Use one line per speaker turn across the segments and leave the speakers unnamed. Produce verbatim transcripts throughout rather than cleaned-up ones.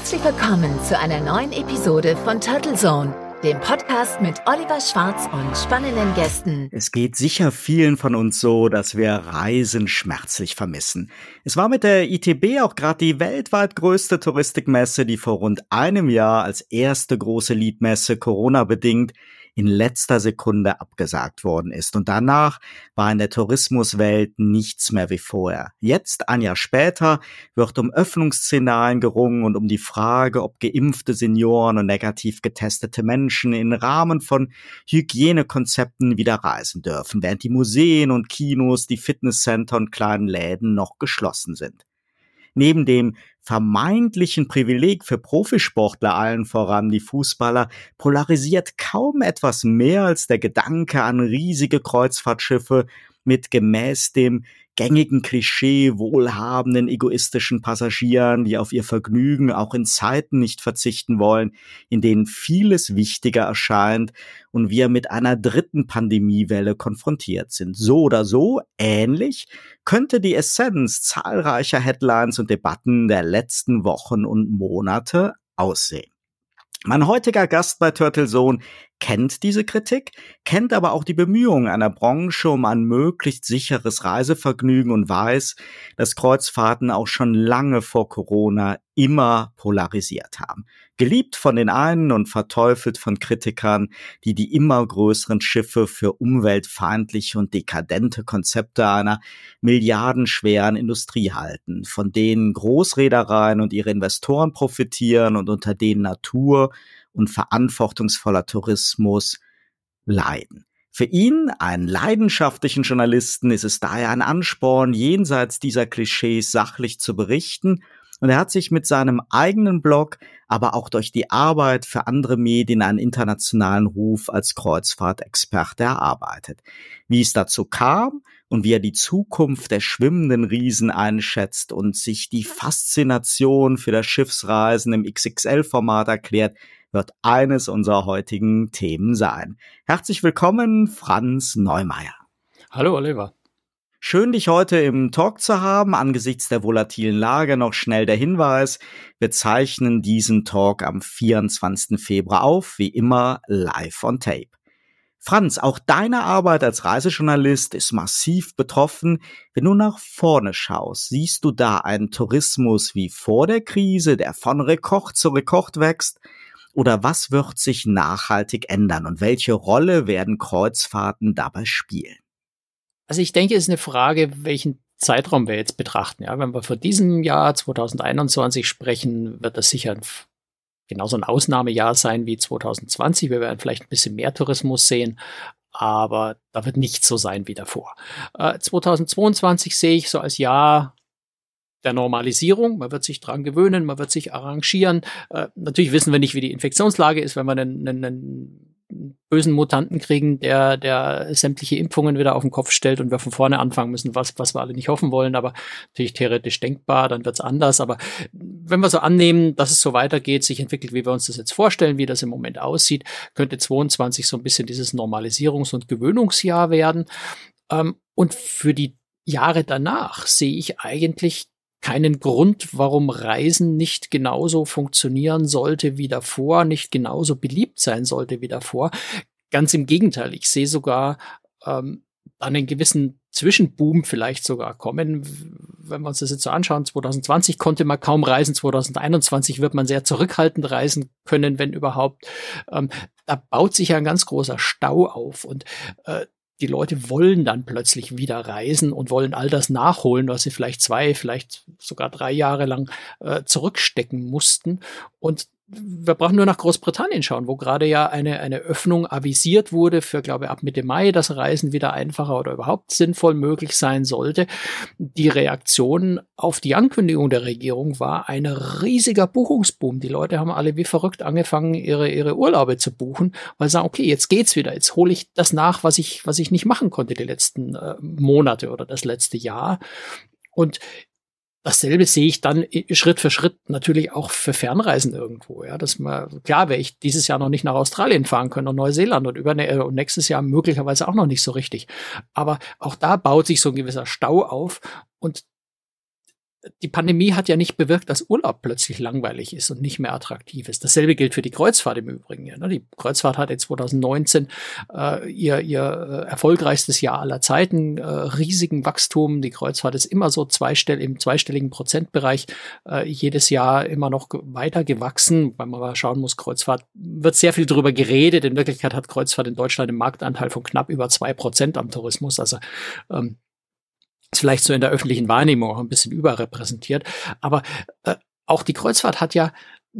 Herzlich willkommen zu einer neuen Episode von Turtle Zone, dem Podcast mit Oliver Schwarz und spannenden Gästen.
Es geht sicher vielen von uns so, dass wir Reisen schmerzlich vermissen. Es war mit der I T B auch gerade die weltweit größte Touristikmesse, die vor rund einem Jahr als erste große Leadmesse Corona-bedingt in letzter Sekunde abgesagt worden ist. Und danach war in der Tourismuswelt nichts mehr wie vorher. Jetzt, ein Jahr später, wird um Öffnungsszenarien gerungen und um die Frage, ob geimpfte Senioren und negativ getestete Menschen im Rahmen von Hygienekonzepten wieder reisen dürfen, während die Museen und Kinos, die Fitnesscenter und kleinen Läden noch geschlossen sind. Neben dem vermeintlichen Privileg für Profisportler, allen voran die Fußballer, polarisiert kaum etwas mehr als der Gedanke an riesige Kreuzfahrtschiffe mit gemäß dem gängigen Klischee wohlhabenden, egoistischen Passagieren, die auf ihr Vergnügen auch in Zeiten nicht verzichten wollen, in denen vieles wichtiger erscheint und wir mit einer dritten Pandemiewelle konfrontiert sind. So oder so, ähnlich, könnte die Essenz zahlreicher Headlines und Debatten der letzten Wochen und Monate aussehen. Mein heutiger Gast bei Turtle Zone kennt diese Kritik, kennt aber auch die Bemühungen einer Branche um ein möglichst sicheres Reisevergnügen und weiß, dass Kreuzfahrten auch schon lange vor Corona immer polarisiert haben. Geliebt von den einen und verteufelt von Kritikern, die die immer größeren Schiffe für umweltfeindliche und dekadente Konzepte einer milliardenschweren Industrie halten, von denen Großreedereien und ihre Investoren profitieren und unter denen Natur und verantwortungsvoller Tourismus leiden. Für ihn, einen leidenschaftlichen Journalisten, ist es daher ein Ansporn, jenseits dieser Klischees sachlich zu berichten. Und er hat sich mit seinem eigenen Blog, aber auch durch die Arbeit für andere Medien einen internationalen Ruf als Kreuzfahrtexperte erarbeitet. Wie es dazu kam und wie er die Zukunft der schwimmenden Riesen einschätzt und sich die Faszination für das Schiffsreisen im X X L-Format erklärt, wird eines unserer heutigen Themen sein. Herzlich willkommen, Franz Neumeier.
Hallo Oliver.
Schön, dich heute im Talk zu haben. Angesichts der volatilen Lage noch schnell der Hinweis: Wir zeichnen diesen Talk am vierundzwanzigsten Februar auf, wie immer live on tape. Franz, auch deine Arbeit als Reisejournalist ist massiv betroffen. Wenn du nach vorne schaust, siehst du da einen Tourismus wie vor der Krise, der von Rekord zu Rekord wächst? Oder was wird sich nachhaltig ändern und welche Rolle werden Kreuzfahrten dabei spielen?
Also ich denke, es ist eine Frage, welchen Zeitraum wir jetzt betrachten. Ja, wenn wir von diesem Jahr zwanzig einundzwanzig sprechen, wird das sicher ein, genauso ein Ausnahmejahr sein wie zwanzig zwanzig. Wir werden vielleicht ein bisschen mehr Tourismus sehen, aber da wird nicht so sein wie davor. Äh, zwanzig zweiundzwanzig sehe ich so als Jahr der Normalisierung. Man wird sich dran gewöhnen, man wird sich arrangieren. Äh, natürlich wissen wir nicht, wie die Infektionslage ist, wenn wir einen, einen, einen bösen Mutanten kriegen, der, der sämtliche Impfungen wieder auf den Kopf stellt und wir von vorne anfangen müssen, was, was wir alle nicht hoffen wollen, aber natürlich theoretisch denkbar, dann wird's anders. Aber wenn wir so annehmen, dass es so weitergeht, sich entwickelt, wie wir uns das jetzt vorstellen, wie das im Moment aussieht, könnte zweiundzwanzig so ein bisschen dieses Normalisierungs- und Gewöhnungsjahr werden. Ähm, und für die Jahre danach sehe ich eigentlich keinen Grund, warum Reisen nicht genauso funktionieren sollte wie davor, nicht genauso beliebt sein sollte wie davor. Ganz im Gegenteil, ich sehe sogar ähm, einen gewissen Zwischenboom vielleicht sogar kommen. Wenn wir uns das jetzt so anschauen, zwanzig zwanzig konnte man kaum reisen, zwanzig einundzwanzig wird man sehr zurückhaltend reisen können, wenn überhaupt. Ähm, da baut sich ja ein ganz großer Stau auf und äh, die Leute wollen dann plötzlich wieder reisen und wollen all das nachholen, was sie vielleicht zwei, vielleicht sogar drei Jahre lang äh, zurückstecken mussten. Und wir brauchen nur nach Großbritannien schauen, wo gerade ja eine, eine Öffnung avisiert wurde für, glaube ich, ab Mitte Mai, dass Reisen wieder einfacher oder überhaupt sinnvoll möglich sein sollte. Die Reaktion auf die Ankündigung der Regierung war ein riesiger Buchungsboom. Die Leute haben alle wie verrückt angefangen, ihre, ihre Urlaube zu buchen, weil sie sagen, okay, jetzt geht's wieder, jetzt hole ich das nach, was ich, was ich nicht machen konnte die letzten äh, Monate oder das letzte Jahr. Und dasselbe sehe ich dann Schritt für Schritt natürlich auch für Fernreisen irgendwo. Ja, dass man, klar, werde ich dieses Jahr noch nicht nach Australien fahren können und Neuseeland und, über, und nächstes Jahr möglicherweise auch noch nicht so richtig. Aber auch da baut sich so ein gewisser Stau auf und die Pandemie hat ja nicht bewirkt, dass Urlaub plötzlich langweilig ist und nicht mehr attraktiv ist. Dasselbe gilt für die Kreuzfahrt im Übrigen. Ja, ne? Die Kreuzfahrt hatte zwanzig neunzehn äh, ihr, ihr äh, erfolgreichstes Jahr aller Zeiten, äh, riesigen Wachstum. Die Kreuzfahrt ist immer so zweistell- im zweistelligen Prozentbereich äh, jedes Jahr immer noch weiter gewachsen, weil man mal schauen muss, Kreuzfahrt wird sehr viel drüber geredet. In Wirklichkeit hat Kreuzfahrt in Deutschland einen Marktanteil von knapp über zwei Prozent am Tourismus. Also ähm, ist vielleicht so in der öffentlichen Wahrnehmung auch ein bisschen überrepräsentiert. Aber äh, auch die Kreuzfahrt hat ja,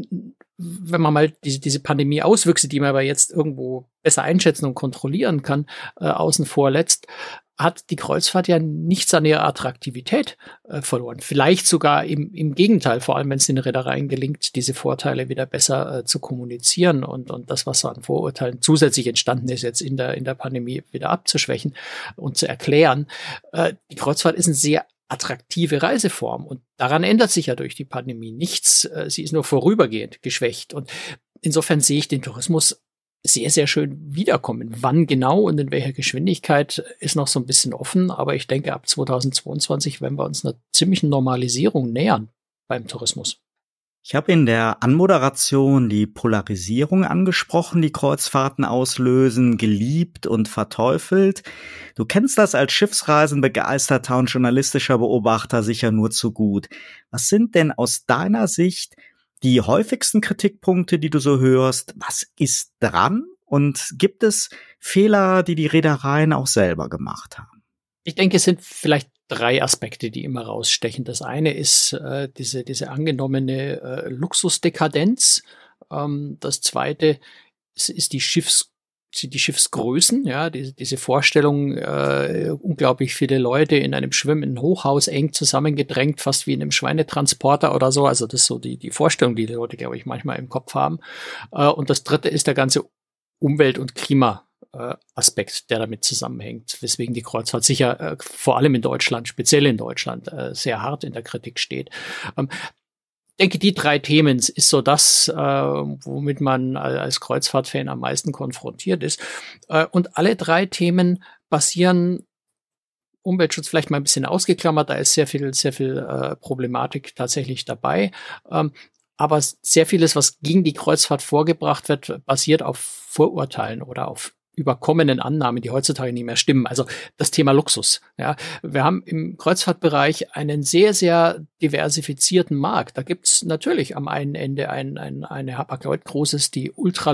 wenn man mal diese, diese Pandemie-Auswüchse, die man aber jetzt irgendwo besser einschätzen und kontrollieren kann, äh, außen vor lässt, hat die Kreuzfahrt ja nichts an ihrer Attraktivität äh, verloren. Vielleicht sogar im, im Gegenteil, vor allem wenn es den Reedereien gelingt, diese Vorteile wieder besser äh, zu kommunizieren und, und das, was so an Vorurteilen zusätzlich entstanden ist, jetzt in der, in der Pandemie wieder abzuschwächen und zu erklären. Äh, die Kreuzfahrt ist eine sehr attraktive Reiseform und daran ändert sich ja durch die Pandemie nichts. Äh, sie ist nur vorübergehend geschwächt und insofern sehe ich den Tourismus sehr, sehr schön wiederkommen. Wann genau und in welcher Geschwindigkeit ist noch so ein bisschen offen, aber ich denke, ab zwanzig zweiundzwanzig werden wir uns einer ziemlichen Normalisierung nähern beim Tourismus.
Ich habe in der Anmoderation die Polarisierung angesprochen, die Kreuzfahrten auslösen, geliebt und verteufelt. Du kennst das als Schiffsreisenbegeisterter und journalistischer Beobachter sicher nur zu gut. Was sind denn aus deiner Sicht die häufigsten Kritikpunkte, die du so hörst? Was ist dran? Und gibt es Fehler, die die Reedereien auch selber gemacht haben?
Ich denke, es sind vielleicht drei Aspekte, die immer rausstechen. Das eine ist äh, diese, diese angenommene äh, Luxusdekadenz. Ähm, das zweite ist, ist die Schiffs die Schiffsgrößen, ja, diese, diese Vorstellung, äh, unglaublich viele Leute in einem schwimmenden Hochhaus eng zusammengedrängt, fast wie in einem Schweinetransporter oder so. Also das ist so die, die Vorstellung, die die Leute, glaube ich, manchmal im Kopf haben. Äh, und das dritte ist der ganze Umwelt- und Klima-Aspekt, der damit zusammenhängt, weswegen die Kreuzfahrt sicher äh, vor allem in Deutschland, speziell in Deutschland, äh, sehr hart in der Kritik steht. Ähm, Ich denke, die drei Themen ist so das, äh, womit man als Kreuzfahrtfan am meisten konfrontiert ist. Äh, und alle drei Themen basieren, Umweltschutz vielleicht mal ein bisschen ausgeklammert, da ist sehr viel, sehr viel äh, Problematik tatsächlich dabei. Ähm, aber sehr vieles, was gegen die Kreuzfahrt vorgebracht wird, basiert auf Vorurteilen oder auf überkommenen Annahmen, die heutzutage nicht mehr stimmen. Also das Thema Luxus. Ja, wir haben im Kreuzfahrtbereich einen sehr, sehr diversifizierten Markt. Da gibt's natürlich am einen Ende ein, ein, eine Hapag-Lloyd-Großes, die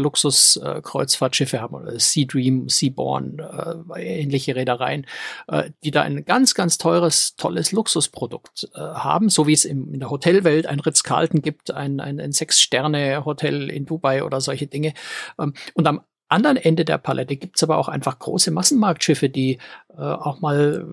Ultraluxus-Kreuzfahrtschiffe haben, oder Sea Dream, Seabourn, äh, ähnliche Reedereien, äh, die da ein ganz, ganz teures, tolles Luxusprodukt äh, haben, so wie es im, in der Hotelwelt ein Ritz-Carlton gibt, ein, ein, ein Sechs-Sterne-Hotel in Dubai oder solche Dinge. Ähm, und am anderen Ende der Palette gibt's aber auch einfach große Massenmarktschiffe, die äh, auch mal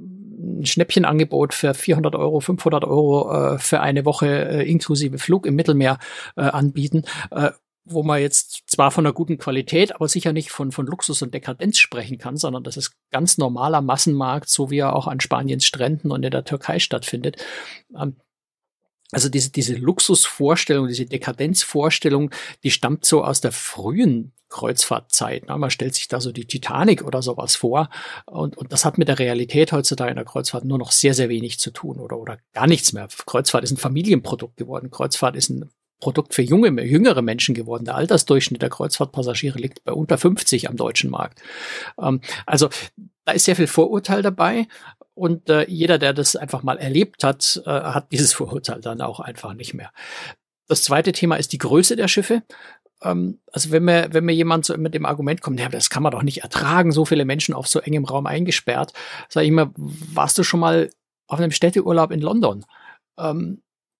ein Schnäppchenangebot für vierhundert Euro, fünfhundert Euro äh, für eine Woche äh, inklusive Flug im Mittelmeer äh, anbieten, äh, wo man jetzt zwar von einer guten Qualität, aber sicher nicht von, von Luxus und Dekadenz sprechen kann, sondern das ist ganz normaler Massenmarkt, so wie er auch an Spaniens Stränden und in der Türkei stattfindet. Ähm, Also diese, diese Luxusvorstellung, diese Dekadenzvorstellung, die stammt so aus der frühen Kreuzfahrtzeit. Man stellt sich da so die Titanic oder sowas vor. Und, und das hat mit der Realität heutzutage in der Kreuzfahrt nur noch sehr, sehr wenig zu tun oder, oder gar nichts mehr. Kreuzfahrt ist ein Familienprodukt geworden. Kreuzfahrt ist ein Produkt für junge, jüngere Menschen geworden. Der Altersdurchschnitt der Kreuzfahrtpassagiere liegt bei unter fünfzig am deutschen Markt. Ähm, also da ist sehr viel Vorurteil dabei. Und äh, jeder, der das einfach mal erlebt hat, äh, hat dieses Vorurteil dann auch einfach nicht mehr. Das zweite Thema ist die Größe der Schiffe. Ähm, also wenn mir, wenn mir jemand so mit dem Argument kommt, ja, das kann man doch nicht ertragen, so viele Menschen auf so engem Raum eingesperrt, sage ich immer, warst du schon mal auf einem Städteurlaub in London? Ähm,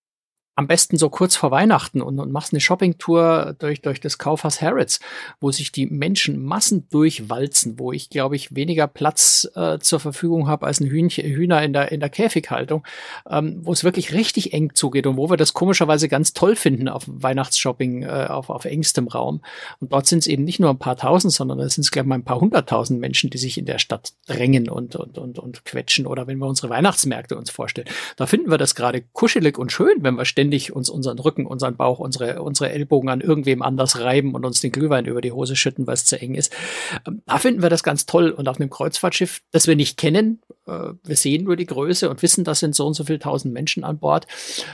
Am besten so kurz vor Weihnachten und, und machst eine Shoppingtour durch, durch das Kaufhaus Harrods, wo sich die Menschen Massen durchwalzen, wo ich, glaube ich, weniger Platz äh, zur Verfügung habe als ein Hühnchen, Hühner in der, in der Käfighaltung, ähm, wo es wirklich richtig eng zugeht und wo wir das komischerweise ganz toll finden auf Weihnachtsshopping, äh, auf, auf engstem Raum. Und dort sind es eben nicht nur ein paar Tausend, sondern es sind, glaube ich, mal ein paar hunderttausend Menschen, die sich in der Stadt drängen und, und, und, und quetschen. Oder wenn wir unsere Weihnachtsmärkte uns vorstellen, da finden wir das gerade kuschelig und schön, wenn wir ständig ständig uns unseren Rücken, unseren Bauch, unsere, unsere Ellbogen an irgendwem anders reiben und uns den Glühwein über die Hose schütten, weil es zu eng ist. Ähm, da finden wir das ganz toll. Und auf einem Kreuzfahrtschiff, das wir nicht kennen, äh, wir sehen nur die Größe und wissen, das sind so und so viele tausend Menschen an Bord,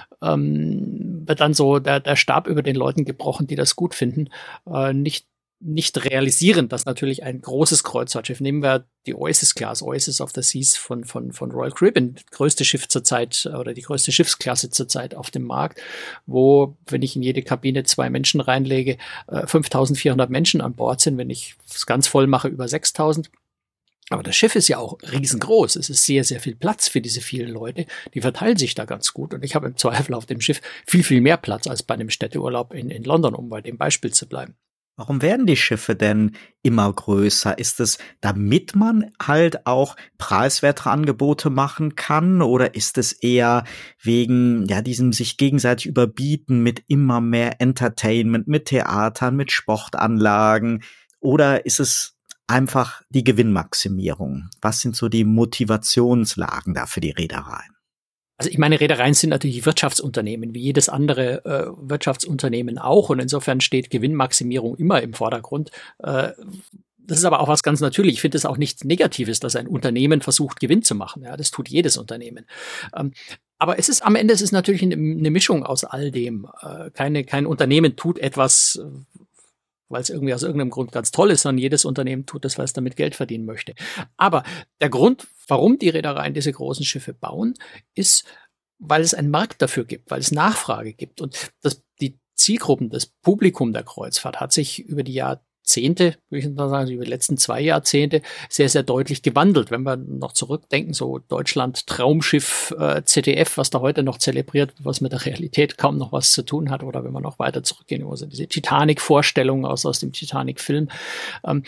ähm, wird dann so der, der Stab über den Leuten gebrochen, die das gut finden. Äh, nicht nicht realisieren, dass natürlich ein großes Kreuzfahrtschiff, nehmen wir die Oasis-Class, Oasis of the Seas von, von, von Royal Caribbean, das größte Schiff zurzeit oder die größte Schiffsklasse zurzeit auf dem Markt, wo, wenn ich in jede Kabine zwei Menschen reinlege, fünftausendvierhundert Menschen an Bord sind, wenn ich es ganz voll mache, über sechstausend. Aber das Schiff ist ja auch riesengroß. Es ist sehr, sehr viel Platz für diese vielen Leute. Die verteilen sich da ganz gut. Und ich habe im Zweifel auf dem Schiff viel, viel mehr Platz als bei einem Städteurlaub in, in London, um bei dem Beispiel zu bleiben.
Warum werden die Schiffe denn immer größer? Ist es, damit man halt auch preiswertere Angebote machen kann? Oder ist es eher wegen ja diesem sich gegenseitig überbieten mit immer mehr Entertainment, mit Theatern, mit Sportanlagen? Oder ist es einfach die Gewinnmaximierung? Was sind so die Motivationslagen da für die Reedereien?
Also ich meine, Reedereien sind natürlich Wirtschaftsunternehmen, wie jedes andere äh, Wirtschaftsunternehmen auch. Und insofern steht Gewinnmaximierung immer im Vordergrund. Äh, das ist aber auch was ganz natürlich. Ich finde es auch nichts Negatives, dass ein Unternehmen versucht, Gewinn zu machen. Ja, das tut jedes Unternehmen. Ähm, aber es ist am Ende, es ist natürlich eine, eine Mischung aus all dem. Äh, keine, kein Unternehmen tut etwas, weil es irgendwie aus irgendeinem Grund ganz toll ist, sondern jedes Unternehmen tut das, weil es damit Geld verdienen möchte. Aber der Grund, warum die Reedereien diese großen Schiffe bauen, ist, weil es einen Markt dafür gibt, weil es Nachfrage gibt. Und das, die Zielgruppen, das Publikum der Kreuzfahrt hat sich über die Jahrzehnte, würde ich mal sagen, über die letzten zwei Jahrzehnte sehr, sehr deutlich gewandelt. Wenn wir noch zurückdenken, so Deutschland Traumschiff äh, Z D F, was da heute noch zelebriert, was mit der Realität kaum noch was zu tun hat, oder wenn wir noch weiter zurückgehen, also diese Titanic-Vorstellungen aus, aus dem Titanic-Film, ähm,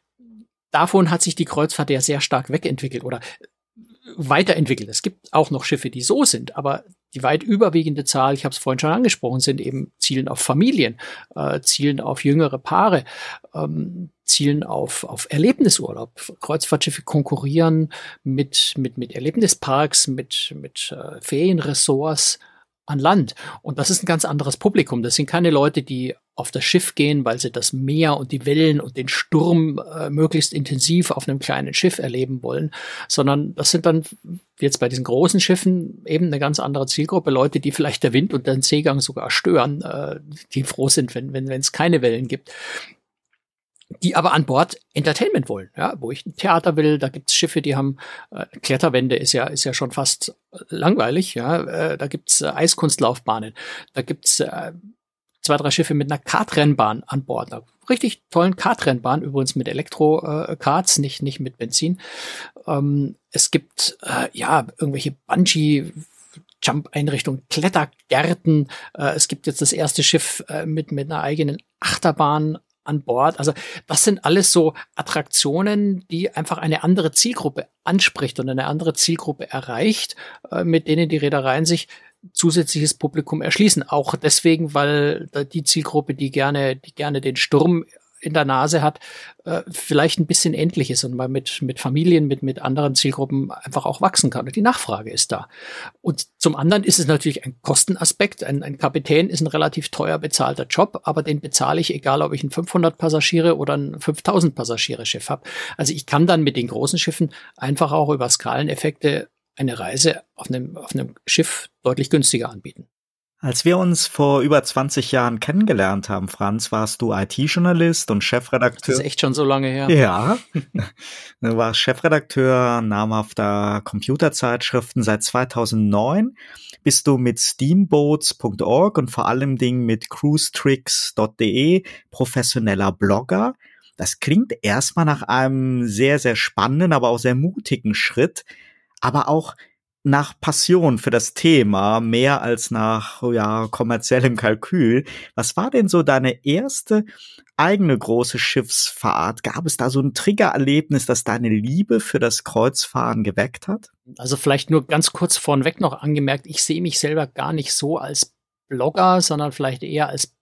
davon hat sich die Kreuzfahrt ja sehr stark wegentwickelt oder weiterentwickelt. Es gibt auch noch Schiffe, die so sind, aber die weit überwiegende Zahl, ich habe es vorhin schon angesprochen, sind eben zielen auf Familien, äh, zielen auf jüngere Paare, ähm, zielen auf, auf Erlebnisurlaub. Kreuzfahrtschiffe konkurrieren mit, mit, mit Erlebnisparks, mit, mit äh, Ferienressorts an Land. Und das ist ein ganz anderes Publikum. Das sind keine Leute, die auf das Schiff gehen, weil sie das Meer und die Wellen und den Sturm äh, möglichst intensiv auf einem kleinen Schiff erleben wollen, sondern das sind dann jetzt bei diesen großen Schiffen eben eine ganz andere Zielgruppe. Leute, die vielleicht der Wind und den Seegang sogar stören, äh, die froh sind, wenn wenn wenn es keine Wellen gibt, die aber an Bord Entertainment wollen, ja, wo ich ein Theater will. Da gibt's Schiffe, die haben äh, Kletterwände, ist ja ist ja schon fast langweilig, ja. Äh, da gibt's äh, Eiskunstlaufbahnen, da gibt's äh, zwei, drei Schiffe mit einer Kartrennbahn an Bord, einer richtig tollen Kartrennbahn, übrigens mit Elektro-Karts, nicht nicht mit Benzin. Ähm, es gibt äh, ja irgendwelche Bungee Jump-Einrichtungen, Klettergärten. Äh, es gibt jetzt das erste Schiff äh, mit mit einer eigenen Achterbahn an Bord. Also das sind alles so Attraktionen, die einfach eine andere Zielgruppe anspricht und eine andere Zielgruppe erreicht, äh, mit denen die Reedereien sich zusätzliches Publikum erschließen. Auch deswegen, weil die Zielgruppe, die gerne, die gerne den Sturm in der Nase hat, äh, vielleicht ein bisschen endlich ist und man mit, mit Familien, mit, mit anderen Zielgruppen einfach auch wachsen kann. Und die Nachfrage ist da. Und zum anderen ist es natürlich ein Kostenaspekt. Ein, ein Kapitän ist ein relativ teuer bezahlter Job, aber den bezahle ich, egal ob ich ein fünfhundert Passagiere oder ein fünftausend Passagiere Schiff habe. Also ich kann dann mit den großen Schiffen einfach auch über Skaleneffekte eine Reise auf einem, auf einem Schiff deutlich günstiger anbieten.
Als wir uns vor über zwanzig Jahren kennengelernt haben, Franz, warst du I T-Journalist und Chefredakteur.
Das ist echt schon so lange her.
Ja, du warst Chefredakteur namhafter Computerzeitschriften. Seit zweitausendneun bist du mit steamboats punkt org und vor allem Dingen mit cruisetricks punkt de professioneller Blogger. Das klingt erstmal nach einem sehr, sehr spannenden, aber auch sehr mutigen Schritt, aber auch nach Passion für das Thema, mehr als nach ja kommerziellem Kalkül. Was war denn so deine erste eigene große Schiffsfahrt? Gab es da so ein Triggererlebnis, das deine Liebe für das Kreuzfahren geweckt hat?
Also vielleicht nur ganz kurz vorneweg noch angemerkt, ich sehe mich selber gar nicht so als Blogger, sondern vielleicht eher als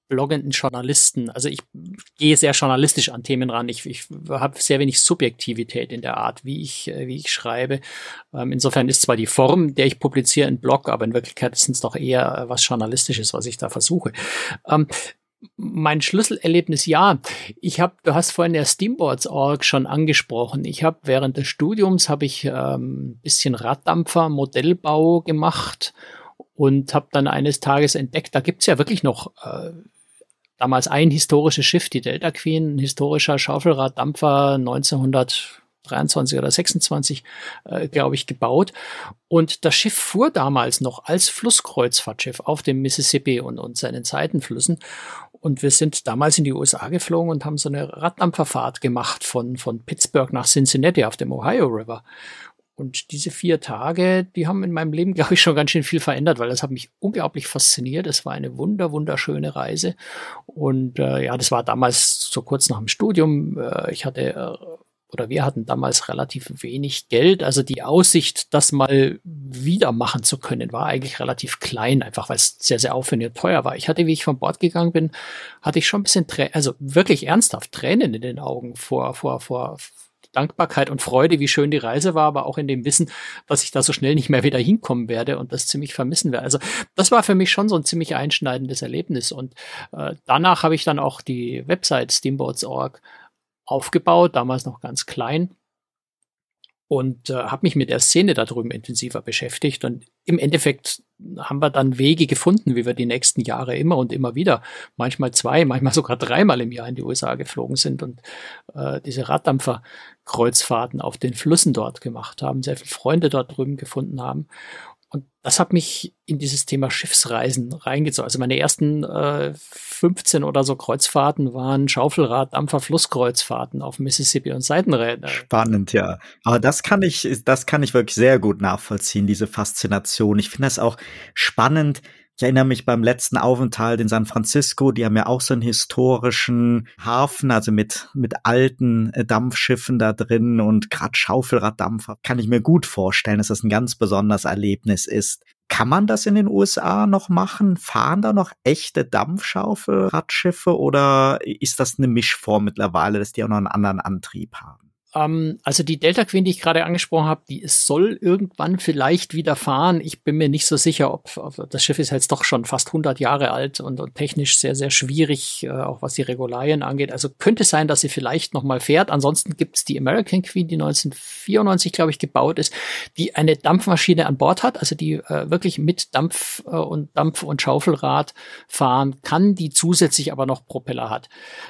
bloggenden Journalisten. Also ich gehe sehr journalistisch an Themen ran. Ich, ich habe sehr wenig Subjektivität in der Art, wie ich, wie ich schreibe. Ähm, insofern ist zwar die Form, der ich publiziere, ein Blog, aber in Wirklichkeit ist es doch eher was Journalistisches, was ich da versuche. Ähm, Mein Schlüsselerlebnis, ja. Ich habe, du hast vorhin der Steamboards Punkt org schon angesprochen. Ich habe während des Studiums habe ich ähm, bisschen Raddampfer, Modellbau gemacht und habe dann eines Tages entdeckt, da gibt's ja wirklich noch äh, damals ein historisches Schiff, die Delta Queen, ein historischer Schaufelraddampfer, neunzehnhundertdreiundzwanzig oder sechsundzwanzig, äh, glaube ich, gebaut. Und das Schiff fuhr damals noch als Flusskreuzfahrtschiff auf dem Mississippi und, und seinen Seitenflüssen. Und wir sind damals in die U S A geflogen und haben so eine Raddampferfahrt gemacht von, von Pittsburgh nach Cincinnati auf dem Ohio River. Und diese vier Tage, die haben in meinem Leben, glaube ich, schon ganz schön viel verändert, weil das hat mich unglaublich fasziniert. Es war eine wunder, wunderschöne Reise. Und äh, ja, das war damals so kurz nach dem Studium. Äh, ich hatte, äh, oder wir hatten damals relativ wenig Geld. Also die Aussicht, das mal wieder machen zu können, war eigentlich relativ klein, einfach weil es sehr, sehr aufwendig und teuer war. Ich hatte, wie ich von Bord gegangen bin, hatte ich schon ein bisschen, Trä- also wirklich ernsthaft Tränen in den Augen vor, vor, vor, Dankbarkeit und Freude, wie schön die Reise war, aber auch in dem Wissen, dass ich da so schnell nicht mehr wieder hinkommen werde und das ziemlich vermissen werde. Also das war für mich schon so ein ziemlich einschneidendes Erlebnis. Und äh, danach habe ich dann auch die Website Steamboards Punkt org aufgebaut, damals noch ganz klein. Und äh, habe mich mit der Szene da drüben intensiver beschäftigt. Und im Endeffekt haben wir dann Wege gefunden, wie wir die nächsten Jahre immer und immer wieder, manchmal zwei, manchmal sogar dreimal im Jahr in die U S A geflogen sind und äh, diese Raddampferkreuzfahrten auf den Flüssen dort gemacht haben, sehr viele Freunde dort drüben gefunden haben. Und das hat mich in dieses Thema Schiffsreisen reingezogen. Also meine ersten äh, fünfzehn oder so Kreuzfahrten waren Schaufelrad, Dampfer, Flusskreuzfahrten auf Mississippi und Seitenräder.
Spannend, ja. Aber das kann ich, das kann ich wirklich sehr gut nachvollziehen, diese Faszination. Ich finde das auch spannend. Ich erinnere mich beim letzten Aufenthalt in San Francisco, die haben ja auch so einen historischen Hafen, also mit mit alten äh, Dampfschiffen da drin und gerade Schaufelraddampfer. Kann ich mir gut vorstellen, dass das ein ganz besonderes Erlebnis ist. Kann man das in den U S A noch machen? Fahren da noch echte Dampfschaufelradschiffe oder ist das eine Mischform mittlerweile, dass die auch noch einen anderen Antrieb haben?
Ähm, also die Delta Queen, die ich gerade angesprochen habe, die soll irgendwann vielleicht wieder fahren. Ich bin mir nicht so sicher, ob, ob das Schiff ist jetzt doch schon fast hundert Jahre alt und, und technisch sehr, sehr schwierig, äh, auch was die Regularien angeht. Also könnte sein, dass sie vielleicht noch mal fährt. Ansonsten gibt's die American Queen, die neunzehnhundertvierundneunzig, glaube ich, gebaut ist, die eine Dampfmaschine an Bord hat, also die äh, wirklich mit Dampf äh, und Dampf- und Schaufelrad fahren kann, die zusätzlich aber noch Propeller hat,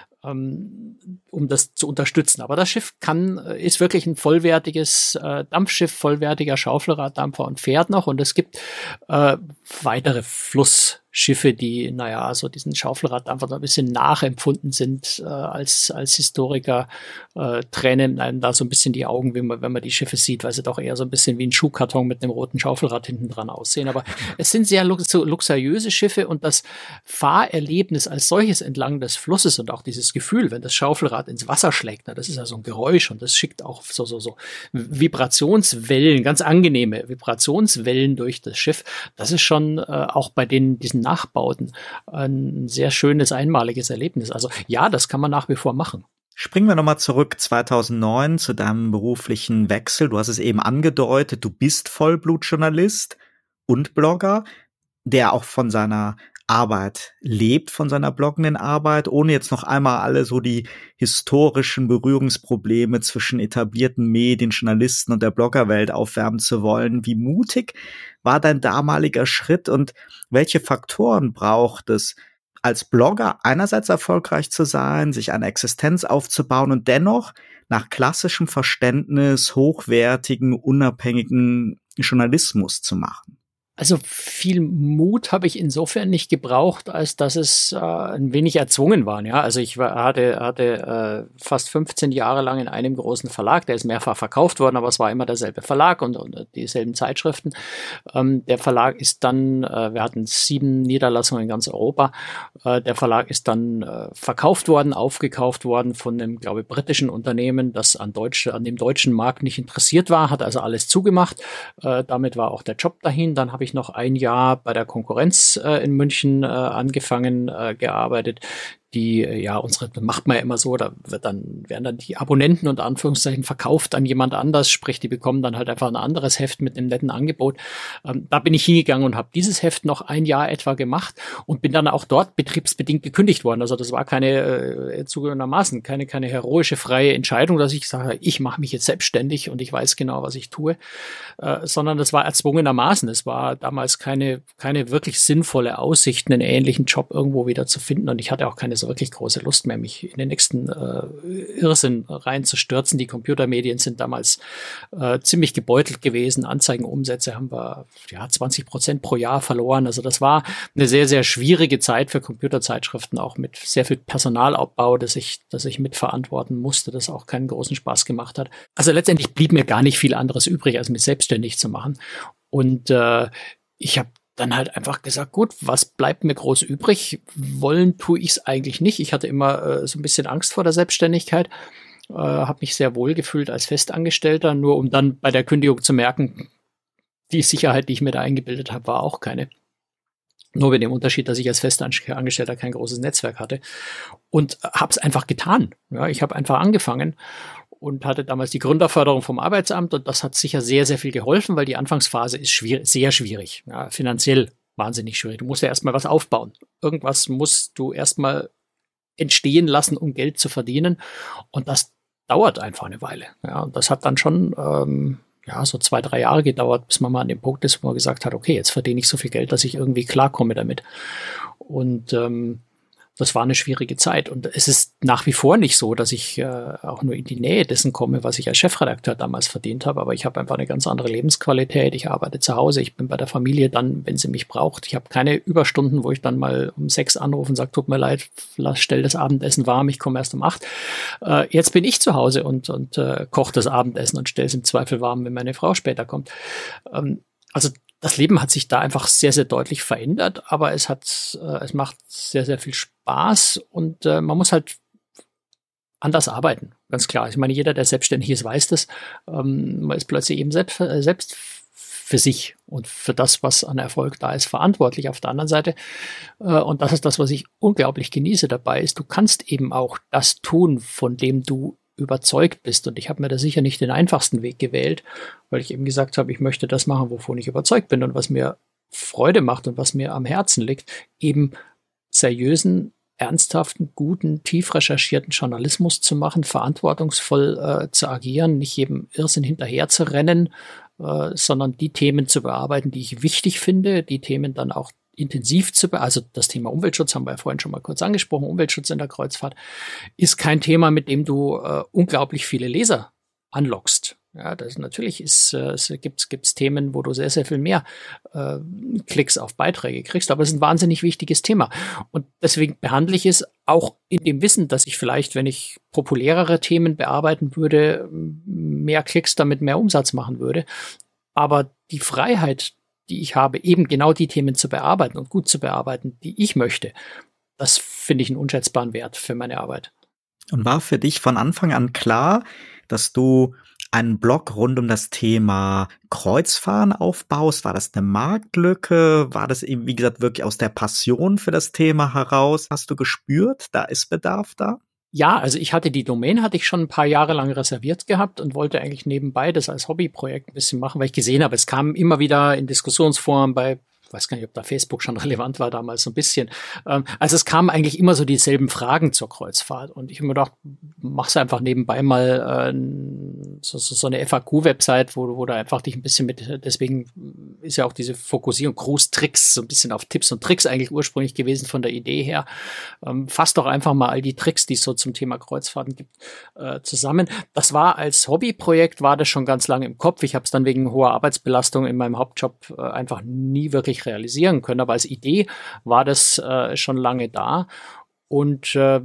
um das zu unterstützen. Aber das Schiff kann, ist wirklich ein vollwertiges äh, Dampfschiff, vollwertiger Schaufelraddampfer und fährt noch. Und es gibt äh, weitere Flussschiffe, die, naja, so diesen Schaufelraddampfer so ein bisschen nachempfunden sind. Äh, als als Historiker äh, tränen einem da so ein bisschen die Augen, wenn man, wenn man die Schiffe sieht, weil sie doch eher so ein bisschen wie ein Schuhkarton mit einem roten Schaufelrad hinten dran aussehen. Aber es sind sehr lux- so luxuriöse Schiffe und das Fahrerlebnis als solches entlang des Flusses und auch dieses Gefühl, wenn das Schaufelrad ins Wasser schlägt, na, das ist ja so ein Geräusch und das schickt auch so, so, so Vibrationswellen, ganz angenehme Vibrationswellen durch das Schiff. Das ist schon äh, auch bei den, diesen Nachbauten ein sehr schönes, einmaliges Erlebnis. Also ja, das kann man nach wie vor machen.
Springen wir nochmal zurück zweitausendneun zu deinem beruflichen Wechsel. Du hast es eben angedeutet, du bist Vollblutjournalist und Blogger, der auch von seiner Arbeit lebt, von seiner bloggenden Arbeit, ohne jetzt noch einmal alle so die historischen Berührungsprobleme zwischen etablierten Medien, Journalisten und der Bloggerwelt aufwärmen zu wollen. Wie mutig war dein damaliger Schritt und welche Faktoren braucht es, als Blogger einerseits erfolgreich zu sein, sich eine Existenz aufzubauen und dennoch nach klassischem Verständnis hochwertigen, unabhängigen Journalismus zu machen?
Also viel Mut habe ich insofern nicht gebraucht, als dass es äh, ein wenig erzwungen war. Ja, also ich war, hatte, hatte äh, fast fünfzehn Jahre lang in einem großen Verlag, der ist mehrfach verkauft worden, aber es war immer derselbe Verlag und, und dieselben Zeitschriften. Ähm, der Verlag ist dann, äh, wir hatten sieben Niederlassungen in ganz Europa. Äh, der Verlag ist dann äh, verkauft worden, aufgekauft worden von einem, glaube ich, britischen Unternehmen, das an Deutsch, an dem deutschen Markt nicht interessiert war, hat also alles zugemacht. Äh, damit war auch der Job dahin. Dann habe habe ich noch ein Jahr bei der Konkurrenz äh, in München äh, angefangen, äh, gearbeitet. Die, ja, unsere macht man ja immer so, da wird dann, werden dann die Abonnenten unter Anführungszeichen verkauft an jemand anders, sprich, die bekommen dann halt einfach ein anderes Heft mit einem netten Angebot. Ähm, da bin ich hingegangen und habe dieses Heft noch ein Jahr etwa gemacht und bin dann auch dort betriebsbedingt gekündigt worden. Also das war keine, äh, zugegebenermaßen, keine, keine heroische freie Entscheidung, dass ich sage, ich mache mich jetzt selbstständig und ich weiß genau, was ich tue, äh, sondern das war erzwungenermaßen. Es war damals keine, keine wirklich sinnvolle Aussicht, einen ähnlichen Job irgendwo wieder zu finden und ich hatte auch keine so wirklich große Lust mehr, mich in den nächsten äh, Irrsinn reinzustürzen. Die Computermedien sind damals äh, ziemlich gebeutelt gewesen. Anzeigenumsätze haben wir ja zwanzig Prozent pro Jahr verloren. Also das war eine sehr, sehr schwierige Zeit für Computerzeitschriften, auch mit sehr viel Personalabbau, das ich, das ich mitverantworten musste, das auch keinen großen Spaß gemacht hat. Also letztendlich blieb mir gar nicht viel anderes übrig, als mich selbstständig zu machen. Und äh, ich habe dann halt einfach gesagt, gut, was bleibt mir groß übrig? Wollen tue ich es eigentlich nicht. Ich hatte immer äh, so ein bisschen Angst vor der Selbstständigkeit, äh, habe mich sehr wohl gefühlt als Festangestellter, nur um dann bei der Kündigung zu merken, die Sicherheit, die ich mir da eingebildet habe, war auch keine. Nur mit dem Unterschied, dass ich als Festangestellter kein großes Netzwerk hatte und habe es einfach getan. Ja, ich habe einfach angefangen und hatte damals die Gründerförderung vom Arbeitsamt und das hat sicher sehr, sehr viel geholfen, weil die Anfangsphase ist schwierig, sehr schwierig, ja, finanziell wahnsinnig schwierig. Du musst ja erstmal was aufbauen. Irgendwas musst du erstmal entstehen lassen, um Geld zu verdienen und das dauert einfach eine Weile. Ja, und das hat dann schon ähm, ja, so zwei, drei Jahre gedauert, bis man mal an dem Punkt ist, wo man gesagt hat, okay, jetzt verdiene ich so viel Geld, dass ich irgendwie klarkomme damit. Und ähm, das war eine schwierige Zeit. Und es ist nach wie vor nicht so, dass ich äh, auch nur in die Nähe dessen komme, was ich als Chefredakteur damals verdient habe. Aber ich habe einfach eine ganz andere Lebensqualität. Ich arbeite zu Hause. Ich bin bei der Familie dann, wenn sie mich braucht. Ich habe keine Überstunden, wo ich dann mal um sechs anrufe und sage, tut mir leid, stell das Abendessen warm, ich komme erst um acht. Äh, jetzt bin ich zu Hause und, und äh, koche das Abendessen und stelle es im Zweifel warm, wenn meine Frau später kommt. Ähm, also das Leben hat sich da einfach sehr, sehr deutlich verändert, aber es hat, äh, es macht sehr, sehr viel Spaß und äh, man muss halt anders arbeiten, ganz klar. Ich meine, jeder, der selbstständig ist, weiß das. Ähm, man ist plötzlich eben selbst, äh, selbst für sich und für das, was an Erfolg da ist, verantwortlich auf der anderen Seite. Äh, und das ist das, was ich unglaublich genieße dabei, ist, du kannst eben auch das tun, von dem du überzeugt bist. Und ich habe mir da sicher nicht den einfachsten Weg gewählt, weil ich eben gesagt habe, ich möchte das machen, wovon ich überzeugt bin und was mir Freude macht und was mir am Herzen liegt, eben seriösen, ernsthaften, guten, tief recherchierten Journalismus zu machen, verantwortungsvoll äh, zu agieren, nicht jedem Irrsinn hinterher zu rennen, äh, sondern die Themen zu bearbeiten, die ich wichtig finde, die Themen dann auch intensiv zu bearbeiten. Also das Thema Umweltschutz haben wir ja vorhin schon mal kurz angesprochen. Umweltschutz in der Kreuzfahrt ist kein Thema, mit dem du äh, unglaublich viele Leser anlockst. Ja, das natürlich ist, äh, es gibt gibt's Themen, wo du sehr, sehr viel mehr äh, Klicks auf Beiträge kriegst, aber es ist ein wahnsinnig wichtiges Thema. Und deswegen behandle ich es auch in dem Wissen, dass ich vielleicht, wenn ich populärere Themen bearbeiten würde, mehr Klicks, damit mehr Umsatz machen würde. Aber die Freiheit, die ich habe, eben genau die Themen zu bearbeiten und gut zu bearbeiten, die ich möchte, das finde ich einen unschätzbaren Wert für meine Arbeit.
Und war für dich von Anfang an klar, dass du einen Blog rund um das Thema Kreuzfahren aufbaust? War das eine Marktlücke? War das eben, wie gesagt, wirklich aus der Passion für das Thema heraus? Hast du gespürt, da ist Bedarf da?
Ja, also ich hatte die Domain, hatte ich schon ein paar Jahre lang reserviert gehabt und wollte eigentlich nebenbei das als Hobbyprojekt ein bisschen machen, weil ich gesehen habe, es kam immer wieder in Diskussionsforen bei, ich weiß gar nicht, ob da Facebook schon relevant war damals, so ein bisschen. Also es kamen eigentlich immer so dieselben Fragen zur Kreuzfahrt und ich habe mir gedacht, mach's einfach nebenbei mal äh, so, so, so eine F A Q-Website, wo, wo du einfach dich ein bisschen mit, deswegen ist ja auch diese Fokussierung, Cruise-Tricks, so ein bisschen auf Tipps und Tricks eigentlich ursprünglich gewesen von der Idee her. Ähm, fass doch einfach mal all die Tricks, die es so zum Thema Kreuzfahrten gibt, äh, zusammen. Das war als Hobbyprojekt, war das schon ganz lange im Kopf. Ich habe es dann wegen hoher Arbeitsbelastung in meinem Hauptjob äh, einfach nie wirklich realisieren können, aber als Idee war das äh, schon lange da und äh,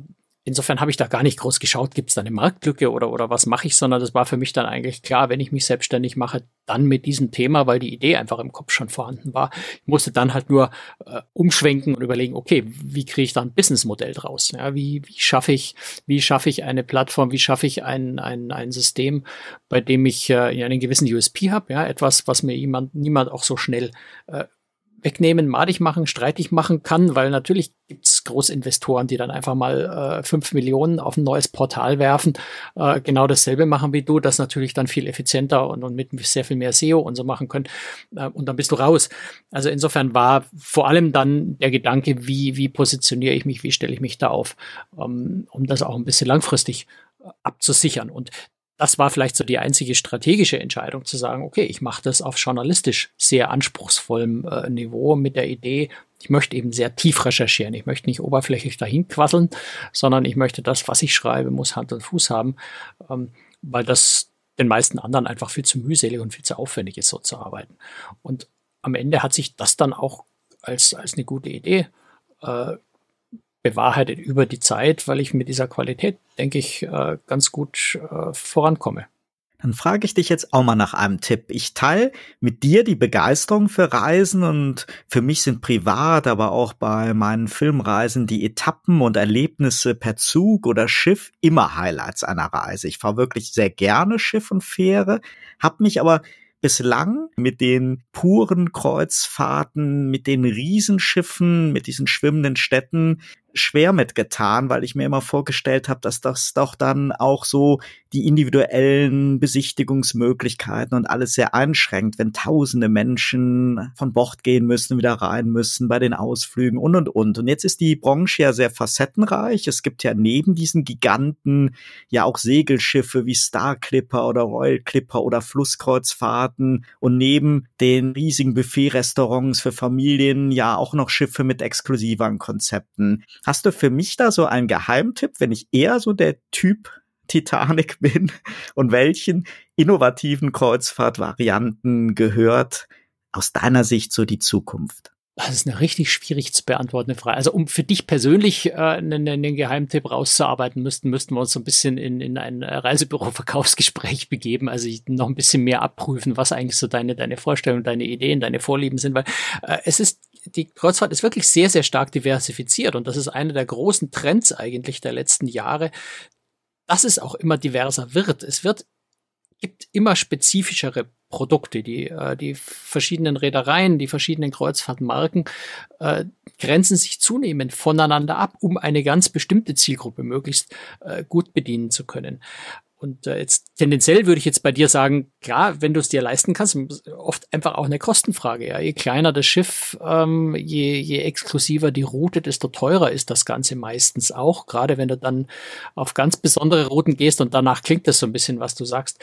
insofern habe ich da gar nicht groß geschaut, gibt es da eine Marktlücke oder, oder was mache ich, sondern das war für mich dann eigentlich klar, wenn ich mich selbstständig mache, dann mit diesem Thema, weil die Idee einfach im Kopf schon vorhanden war. Ich musste dann halt nur äh, umschwenken und überlegen, okay, wie kriege ich da ein Businessmodell draus? Ja, wie, wie schaffe ich, wie schaffe ich eine Plattform, wie schaffe ich ein, ein, ein System, bei dem ich äh, einen gewissen U S P habe, ja, etwas, was mir jemand, niemand auch so schnell äh, wegnehmen, madig machen, streitig machen kann, weil natürlich gibt's Großinvestoren, die dann einfach mal äh, fünf Millionen auf ein neues Portal werfen, äh, genau dasselbe machen wie du, das natürlich dann viel effizienter und, und mit sehr viel mehr S E O und so machen können, äh, und dann bist du raus. Also insofern war vor allem dann der Gedanke, wie, wie positioniere ich mich, wie stelle ich mich da auf, um, um das auch ein bisschen langfristig äh, abzusichern. Und das war vielleicht so die einzige strategische Entscheidung, zu sagen, okay, ich mache das auf journalistisch sehr anspruchsvollem äh, Niveau mit der Idee, ich möchte eben sehr tief recherchieren. Ich möchte nicht oberflächlich dahin quasseln, sondern ich möchte das, was ich schreibe, muss Hand und Fuß haben, ähm, weil das den meisten anderen einfach viel zu mühselig und viel zu aufwendig ist, so zu arbeiten. Und am Ende hat sich das dann auch als, als eine gute Idee äh, bewahrheitet über die Zeit, weil ich mit dieser Qualität, denke ich, äh, ganz gut äh, vorankomme.
Dann frage ich dich jetzt auch mal nach einem Tipp. Ich teile mit dir die Begeisterung für Reisen und für mich sind privat, aber auch bei meinen Filmreisen die Etappen und Erlebnisse per Zug oder Schiff immer Highlights einer Reise. Ich fahre wirklich sehr gerne Schiff und Fähre, habe mich aber bislang mit den puren Kreuzfahrten, mit den Riesenschiffen, mit diesen schwimmenden Städten schwer mitgetan, weil ich mir immer vorgestellt habe, dass das doch dann auch so die individuellen Besichtigungsmöglichkeiten und alles sehr einschränkt, wenn tausende Menschen von Bord gehen müssen, wieder rein müssen bei den Ausflügen und, und, und. Und jetzt ist die Branche ja sehr facettenreich. Es gibt ja neben diesen Giganten ja auch Segelschiffe wie Star Clipper oder Royal Clipper oder Flusskreuzfahrten und neben den riesigen Buffet-Restaurants für Familien ja auch noch Schiffe mit exklusiveren Konzepten. Hast du für mich da so einen Geheimtipp, wenn ich eher so der Typ Titanic bin und welchen innovativen Kreuzfahrtvarianten gehört aus deiner Sicht so die Zukunft?
Das ist eine richtig schwierig zu beantwortende Frage. Also um für dich persönlich äh, einen, einen Geheimtipp rauszuarbeiten, müssten, müssten wir uns so ein bisschen in, in ein Reisebüro-Verkaufsgespräch begeben, also noch ein bisschen mehr abprüfen, was eigentlich so deine, deine Vorstellungen, deine Ideen, deine Vorlieben sind, weil äh, es ist, die Kreuzfahrt ist wirklich sehr, sehr stark diversifiziert und das ist einer der großen Trends eigentlich der letzten Jahre, dass es auch immer diverser wird. Es wird, gibt immer spezifischere Produkte, die, äh, die verschiedenen Reedereien, die verschiedenen Kreuzfahrtmarken äh, grenzen sich zunehmend voneinander ab, um eine ganz bestimmte Zielgruppe möglichst äh, gut bedienen zu können. Und äh, jetzt tendenziell würde ich jetzt bei dir sagen, klar, wenn du es dir leisten kannst, oft einfach auch eine Kostenfrage. Ja, je kleiner das Schiff, ähm, je, je exklusiver die Route, desto teurer ist das Ganze meistens auch. Gerade wenn du dann auf ganz besondere Routen gehst und danach klingt das so ein bisschen, was du sagst,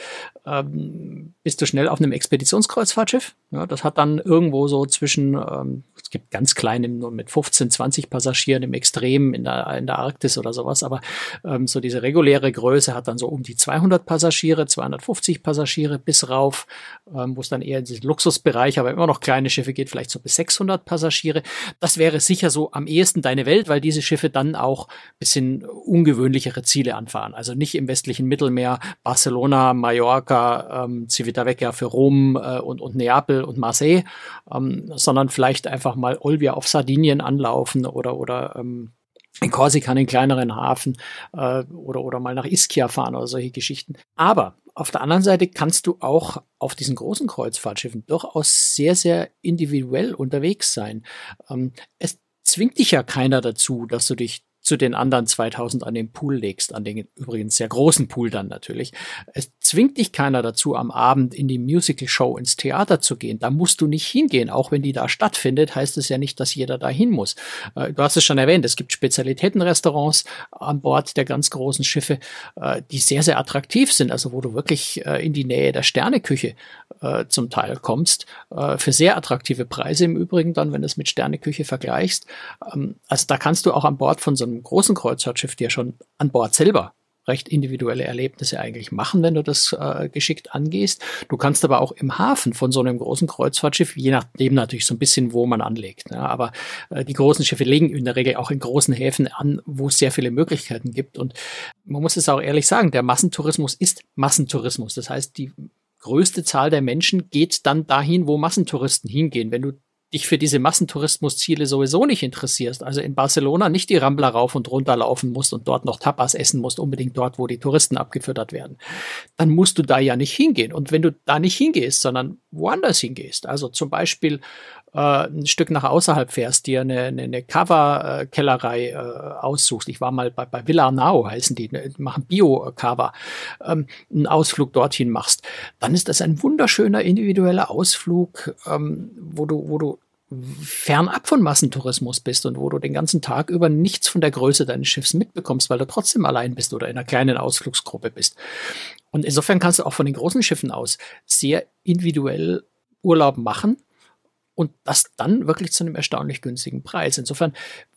ähm, bist du schnell auf einem Expeditionskreuzfahrtschiff. Ja, das hat dann irgendwo so zwischen, ähm, es gibt ganz kleine, nur mit fünfzehn, zwanzig Passagieren im Extrem in der, in der Arktis oder sowas, aber ähm, so diese reguläre Größe hat dann so um die zweihundert Passagiere, zweihundertfünfzig Passagiere bis rauf, ähm, wo es dann eher in diesen Luxusbereich, aber immer noch kleine Schiffe geht, vielleicht so bis sechshundert Passagiere. Das wäre sicher so am ehesten deine Welt, weil diese Schiffe dann auch ein bisschen ungewöhnlichere Ziele anfahren. Also nicht im westlichen Mittelmeer, Barcelona, Mallorca, ähm, Civitavecchia für Rom äh, und, und Neapel und Marseille, ähm, sondern vielleicht einfach mal Olbia auf Sardinien anlaufen oder, oder ähm, in Korsika einen kleineren Hafen äh, oder oder mal nach Ischia fahren oder solche Geschichten. Aber auf der anderen Seite kannst du auch auf diesen großen Kreuzfahrtschiffen durchaus sehr, sehr individuell unterwegs sein. Ähm, es zwingt dich ja keiner dazu, dass du dich zu den anderen zweitausend an den Pool legst, an den übrigens sehr großen Pool dann natürlich. Es zwingt dich keiner dazu, am Abend in die Musical-Show ins Theater zu gehen. Da musst du nicht hingehen. Auch wenn die da stattfindet, heißt es ja nicht, dass jeder da hin muss. Du hast es schon erwähnt, es gibt Spezialitätenrestaurants an Bord der ganz großen Schiffe, die sehr, sehr attraktiv sind, also wo du wirklich in die Nähe der Sterneküche zum Teil kommst, für sehr attraktive Preise im Übrigen dann, wenn du es mit Sterneküche vergleichst. Also da kannst du auch an Bord von so einem großen Kreuzfahrtschiff dir schon an Bord selber recht individuelle Erlebnisse eigentlich machen, wenn du das äh, geschickt angehst. Du kannst aber auch im Hafen von so einem großen Kreuzfahrtschiff, je nachdem natürlich so ein bisschen, wo man anlegt, ne? Aber äh, die großen Schiffe legen in der Regel auch in großen Häfen an, wo es sehr viele Möglichkeiten gibt. Und man muss es auch ehrlich sagen, der Massentourismus ist Massentourismus. Das heißt, die größte Zahl der Menschen geht dann dahin, wo Massentouristen hingehen. Wenn du dich für diese Massentourismusziele sowieso nicht interessierst, also in Barcelona nicht die Rambla rauf und runter laufen musst und dort noch Tapas essen musst, unbedingt dort, wo die Touristen abgefüttert werden, dann musst du da ja nicht hingehen. Und wenn du da nicht hingehst, sondern woanders hingehst, also zum Beispiel äh, ein Stück nach außerhalb fährst, dir eine, eine, eine Cava-Kellerei äh, aussuchst. Ich war mal bei, bei Villa Arnau, heißen die, die machen Bio-Cava, ähm, einen Ausflug dorthin machst, dann ist das ein wunderschöner individueller Ausflug, ähm, wo du, wo du fernab von Massentourismus bist und wo du den ganzen Tag über nichts von der Größe deines Schiffs mitbekommst, weil du trotzdem allein bist oder in einer kleinen Ausflugsgruppe bist. Und insofern kannst du auch von den großen Schiffen aus sehr individuell Urlaub machen und das dann wirklich zu einem erstaunlich günstigen Preis. Insofern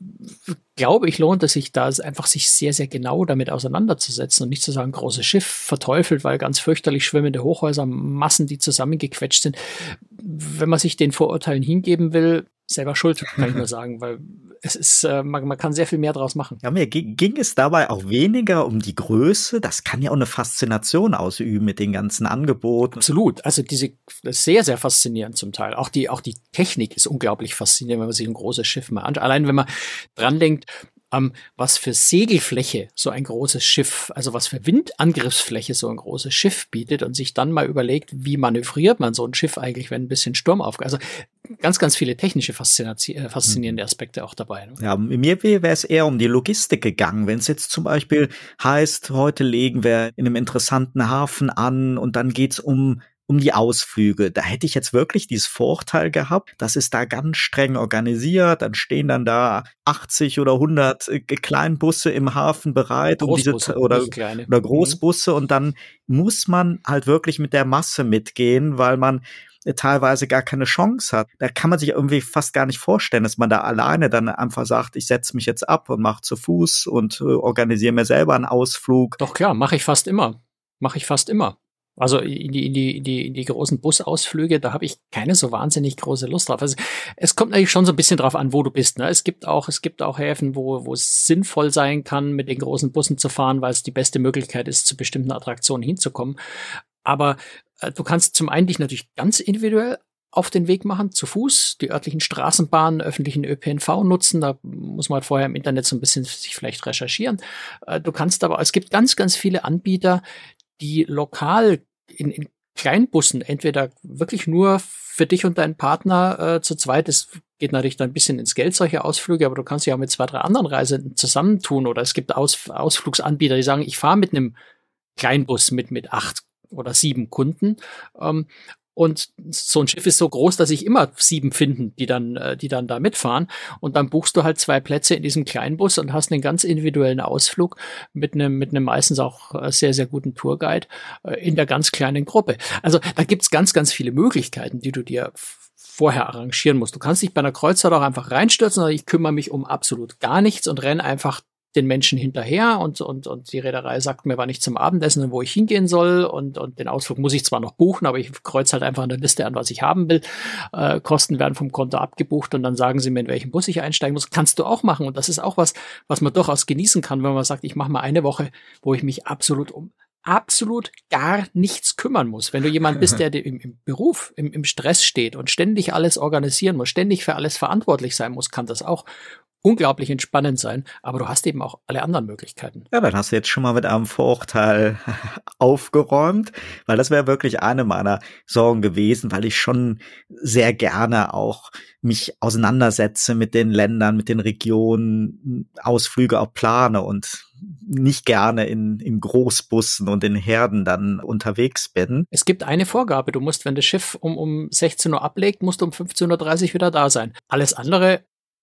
glaube ich, lohnt es sich da einfach, sich sehr, sehr genau damit auseinanderzusetzen und nicht zu sagen, großes Schiff verteufelt, weil ganz fürchterlich schwimmende Hochhäuser, Massen, die zusammengequetscht sind. Wenn man sich den Vorurteilen hingeben will, selber schuld, kann ich nur sagen, weil es ist, äh, man, man kann sehr viel mehr draus machen.
Ja, mir ging, ging es dabei auch weniger um die Größe. Das kann ja auch eine Faszination ausüben mit den ganzen Angeboten.
Absolut. Also diese, das ist sehr, sehr faszinierend zum Teil. Auch die, auch die Technik ist unglaublich faszinierend, wenn man sich ein großes Schiff mal anschaut. Allein wenn man dran denkt, Um, was für Segelfläche so ein großes Schiff, also was für Windangriffsfläche so ein großes Schiff bietet und sich dann mal überlegt, wie manövriert man so ein Schiff eigentlich, wenn ein bisschen Sturm aufgeht. Also ganz, ganz viele technische faszinierende Aspekte auch dabei. Ne?
Ja, mir wäre es eher um die Logistik gegangen. Wenn es jetzt zum Beispiel heißt, heute legen wir in einem interessanten Hafen an und dann geht's um um die Ausflüge. Da hätte ich jetzt wirklich dieses Vorteil gehabt, das ist da ganz streng organisiert, dann stehen dann da achtzig oder hundert Kleinbusse im Hafen bereit und diese, oder, oder Großbusse, und dann muss man halt wirklich mit der Masse mitgehen, weil man teilweise gar keine Chance hat. Da kann man sich irgendwie fast gar nicht vorstellen, dass man da alleine dann einfach sagt, ich setze mich jetzt ab und mache zu Fuß und äh, organisiere mir selber einen Ausflug.
Doch klar, mache ich fast immer. Mache ich fast immer. Also in die, in die, in die, in die großen Busausflüge, da habe ich keine so wahnsinnig große Lust drauf. Also es kommt natürlich schon so ein bisschen drauf an, wo du bist. Ne? Es gibt auch, es gibt auch Häfen, wo, wo es sinnvoll sein kann, mit den großen Bussen zu fahren, weil es die beste Möglichkeit ist, zu bestimmten Attraktionen hinzukommen. Aber äh, du kannst zum einen dich natürlich ganz individuell auf den Weg machen, zu Fuß, die örtlichen Straßenbahnen, öffentlichen Ö P N V nutzen. Da muss man halt vorher im Internet so ein bisschen sich vielleicht recherchieren. Äh, du kannst aber, es gibt ganz, ganz viele Anbieter, die lokal in, in Kleinbussen entweder wirklich nur für dich und deinen Partner äh, zu zweit, das geht natürlich dann ein bisschen ins Geld, solche Ausflüge, aber du kannst ja auch mit zwei, drei anderen Reisenden zusammentun, oder es gibt Aus, Ausflugsanbieter, die sagen, ich fahre mit einem Kleinbus mit, mit acht oder sieben Kunden, ähm, und so ein Schiff ist so groß, dass sich immer sieben finden, die dann, äh, die dann da mitfahren. Und dann buchst du halt zwei Plätze in diesem Kleinbus und hast einen ganz individuellen Ausflug mit einem, mit einem meistens auch sehr, sehr guten Tourguide äh, in der ganz kleinen Gruppe. Also da gibt's ganz, ganz viele Möglichkeiten, die du dir vorher arrangieren musst. Du kannst dich bei einer Kreuzfahrt auch einfach reinstürzen, oder ich kümmere mich um absolut gar nichts und renne einfach den Menschen hinterher, und, und, und die Reederei sagt mir, wann ich zum Abendessen und wo ich hingehen soll, und, und den Ausflug muss ich zwar noch buchen, aber ich kreuze halt einfach in der Liste an, was ich haben will. Äh, Kosten werden vom Konto abgebucht und dann sagen sie mir, in welchen Bus ich einsteigen muss. Kannst du auch machen, und das ist auch was, was man durchaus genießen kann, wenn man sagt, ich mache mal eine Woche, wo ich mich absolut um absolut gar nichts kümmern muss. Wenn du jemand bist, der im, im Beruf, im, im Stress steht und ständig alles organisieren muss, ständig für alles verantwortlich sein muss, kann das auch unglaublich entspannend sein, aber du hast eben auch alle anderen Möglichkeiten.
Ja, dann hast du jetzt schon mal mit einem Vorurteil aufgeräumt, weil das wäre wirklich eine meiner Sorgen gewesen, weil ich schon sehr gerne auch mich auseinandersetze mit den Ländern, mit den Regionen, Ausflüge auch plane und nicht gerne in, in Großbussen und in Herden dann unterwegs bin.
Es gibt eine Vorgabe, du musst, wenn das Schiff um, um sechzehn Uhr ablegt, musst du um fünfzehn Uhr dreißig wieder da sein. Alles andere